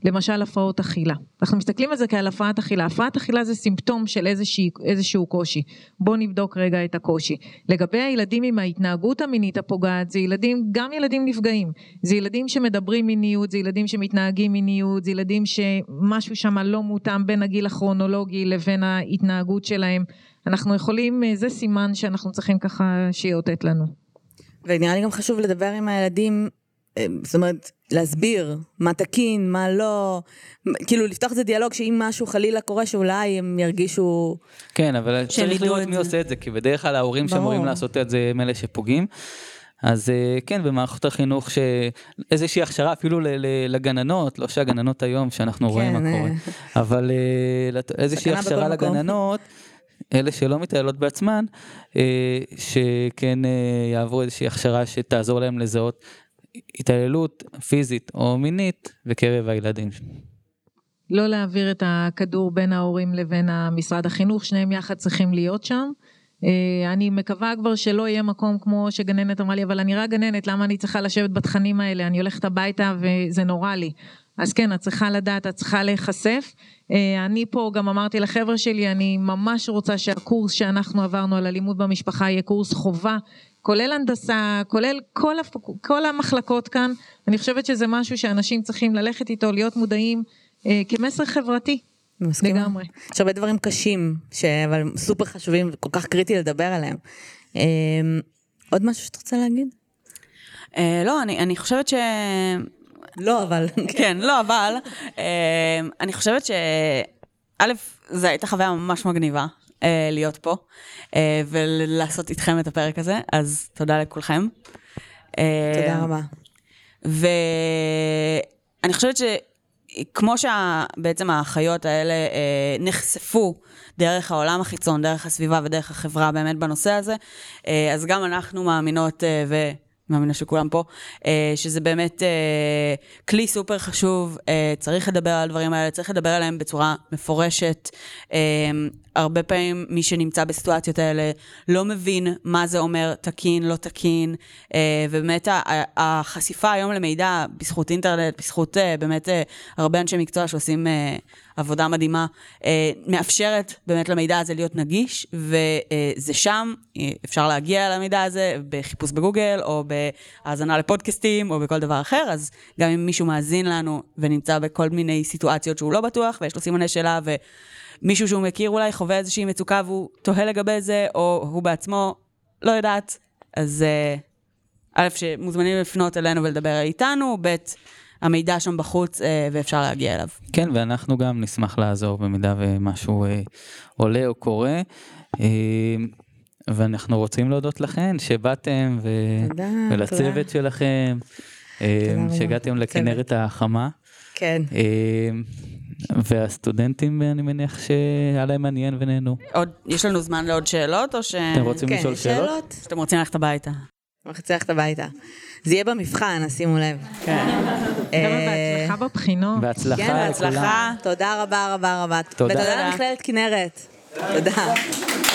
למשל הפרעות אכילה. אנחנו מסתכלים על זה כעל הפרעת אכילה. הפרעת אכילה זה סימפטום של איזשהו, איזשהו קושי. בואו נבדוק רגע את הקושי. לגבי הילדים עם ההתנהגות המינית הפוגעת, זה ילדים, גם ילדים נפגעים. זה ילדים שמדברים מיניות, זה ילדים שמתנהגים מיניות, זה ילדים שמשהו שם לא מותאם בין הגיל הכרונולוגי לבין ההתנהגות שלהם. אנחנו יכולים, זה סימן שאנחנו צריכים ככה שיאותת לנו. ונראה לי גם חשוב לדבר עם הילדים, זאת אומרת, להסביר מה תקין, מה לא, כאילו לפתוח את זה דיאלוג שאם משהו חלילה קורה שאולי הם ירגישו... כן, אבל צריך לראות מי עושה את זה, כי בדרך כלל ההורים שאמורים לעשות את זה הם אלה שפוגעים. אז כן, במערכות החינוך שאיזושהי הכשרה אפילו לגננות, לא שהגננות היום שאנחנו רואים מה קורה, אבל איזושהי הכשרה לגננות, אלה שלא מתעלות בעצמן, שכן יעברו איזושהי הכשרה שתעזור להם לזהות התעללות פיזית או מינית בקרב הילדים. לא להעביר את הכדור בין ההורים לבין המשרד החינוך, שניהם יחד צריכים להיות שם. אני מקווה כבר שלא יהיה מקום כמו שגננת אמרה לי, אבל אני רק גננת, למה אני צריכה לשבת בתכנים האלה? אני הולכת הביתה וזה נורא לי. אז כן, את צריכה לדעת, את צריכה להיחשף. אני פה גם אמרתי לחבר'ה שלי, אני ממש רוצה שהקורס שאנחנו עברנו על אלימות במשפחה יהיה קורס חובה, כולל הנדסה, כולל כל, כל המחלקות כאן. אני חושבת שזה משהו שאנשים צריכים ללכת איתו, להיות מודעים כמסר חברתי. לגמרי. יש הרבה דברים קשים, אבל סופר חשובים וכל כך קריטי לדבר עליהם. עוד משהו שאתה רוצה להגיד? לא, אני חושבת ש... לא, אבל... כן, לא, אבל... אני חושבת ש... א', זו הייתה חוויה ממש מגניבה להיות פה, ולעשות איתכם את הפרק הזה, אז תודה לכולכם. תודה רבה. ואני חושבת ש... כמו שבעצם החיות האלה אה, נחשפו דרך העולם החיצון, דרך הסביבה ודרך החברה באמת בנושא הזה, אה, אז גם אנחנו מאמינות, אה, ומאמינה שכולם פה, אה, שזה באמת אה, כלי סופר חשוב, אה, צריך לדבר על הדברים האלה, צריך לדבר עליהם בצורה מפורשת, אה, הרבה פעמים מי שנמצא בסיטואציות האלה לא מבין מה זה אומר תקין, לא תקין, ובאמת החשיפה היום למידע בזכות אינטרנט, בזכות באמת הרבה אנשי מקצוע שעושים עבודה מדהימה, מאפשרת באמת למידע הזה להיות נגיש, וזה שם, אפשר להגיע למידע הזה בחיפוש בגוגל, או בהאזנה לפודקאסטים, או בכל דבר אחר, אז גם אם מישהו מאזין לנו ונמצא בכל מיני סיטואציות שהוא לא בטוח, ויש לו סימני שאלה, ו... מישהו שהוא מכיר אולי חווה איזושהי מצוקה והוא תוהה לגבי זה, או הוא בעצמו לא יודעת, אז א', שמוזמנים לפנות אלינו ולדבר איתנו, ב', המידע שם בחוץ ואפשר להגיע אליו. כן, ואנחנו גם נשמח לעזור במידה ומשהו עולה או קורה, ואנחנו רוצים להודות לכן שבאתם ולצוות שלכם, שהגעתם לכנרת החמה. כן. והסטודנטים, אני מניח שהיה להם מעניין ונהנו. עוד, יש לנו זמן לעוד שאלות, או ש... אתם רוצים כן, לשאול שאלות? שאלות? שאתם רוצים ללכת הביתה. רוצים ללכת הביתה. זה יהיה במבחן, שימו לב. כן. בהצלחה בבחינות. בהצלחה. כן, בהצלחה. תודה רבה רבה רבה. תודה. ותודה למכללת כנרת. תודה.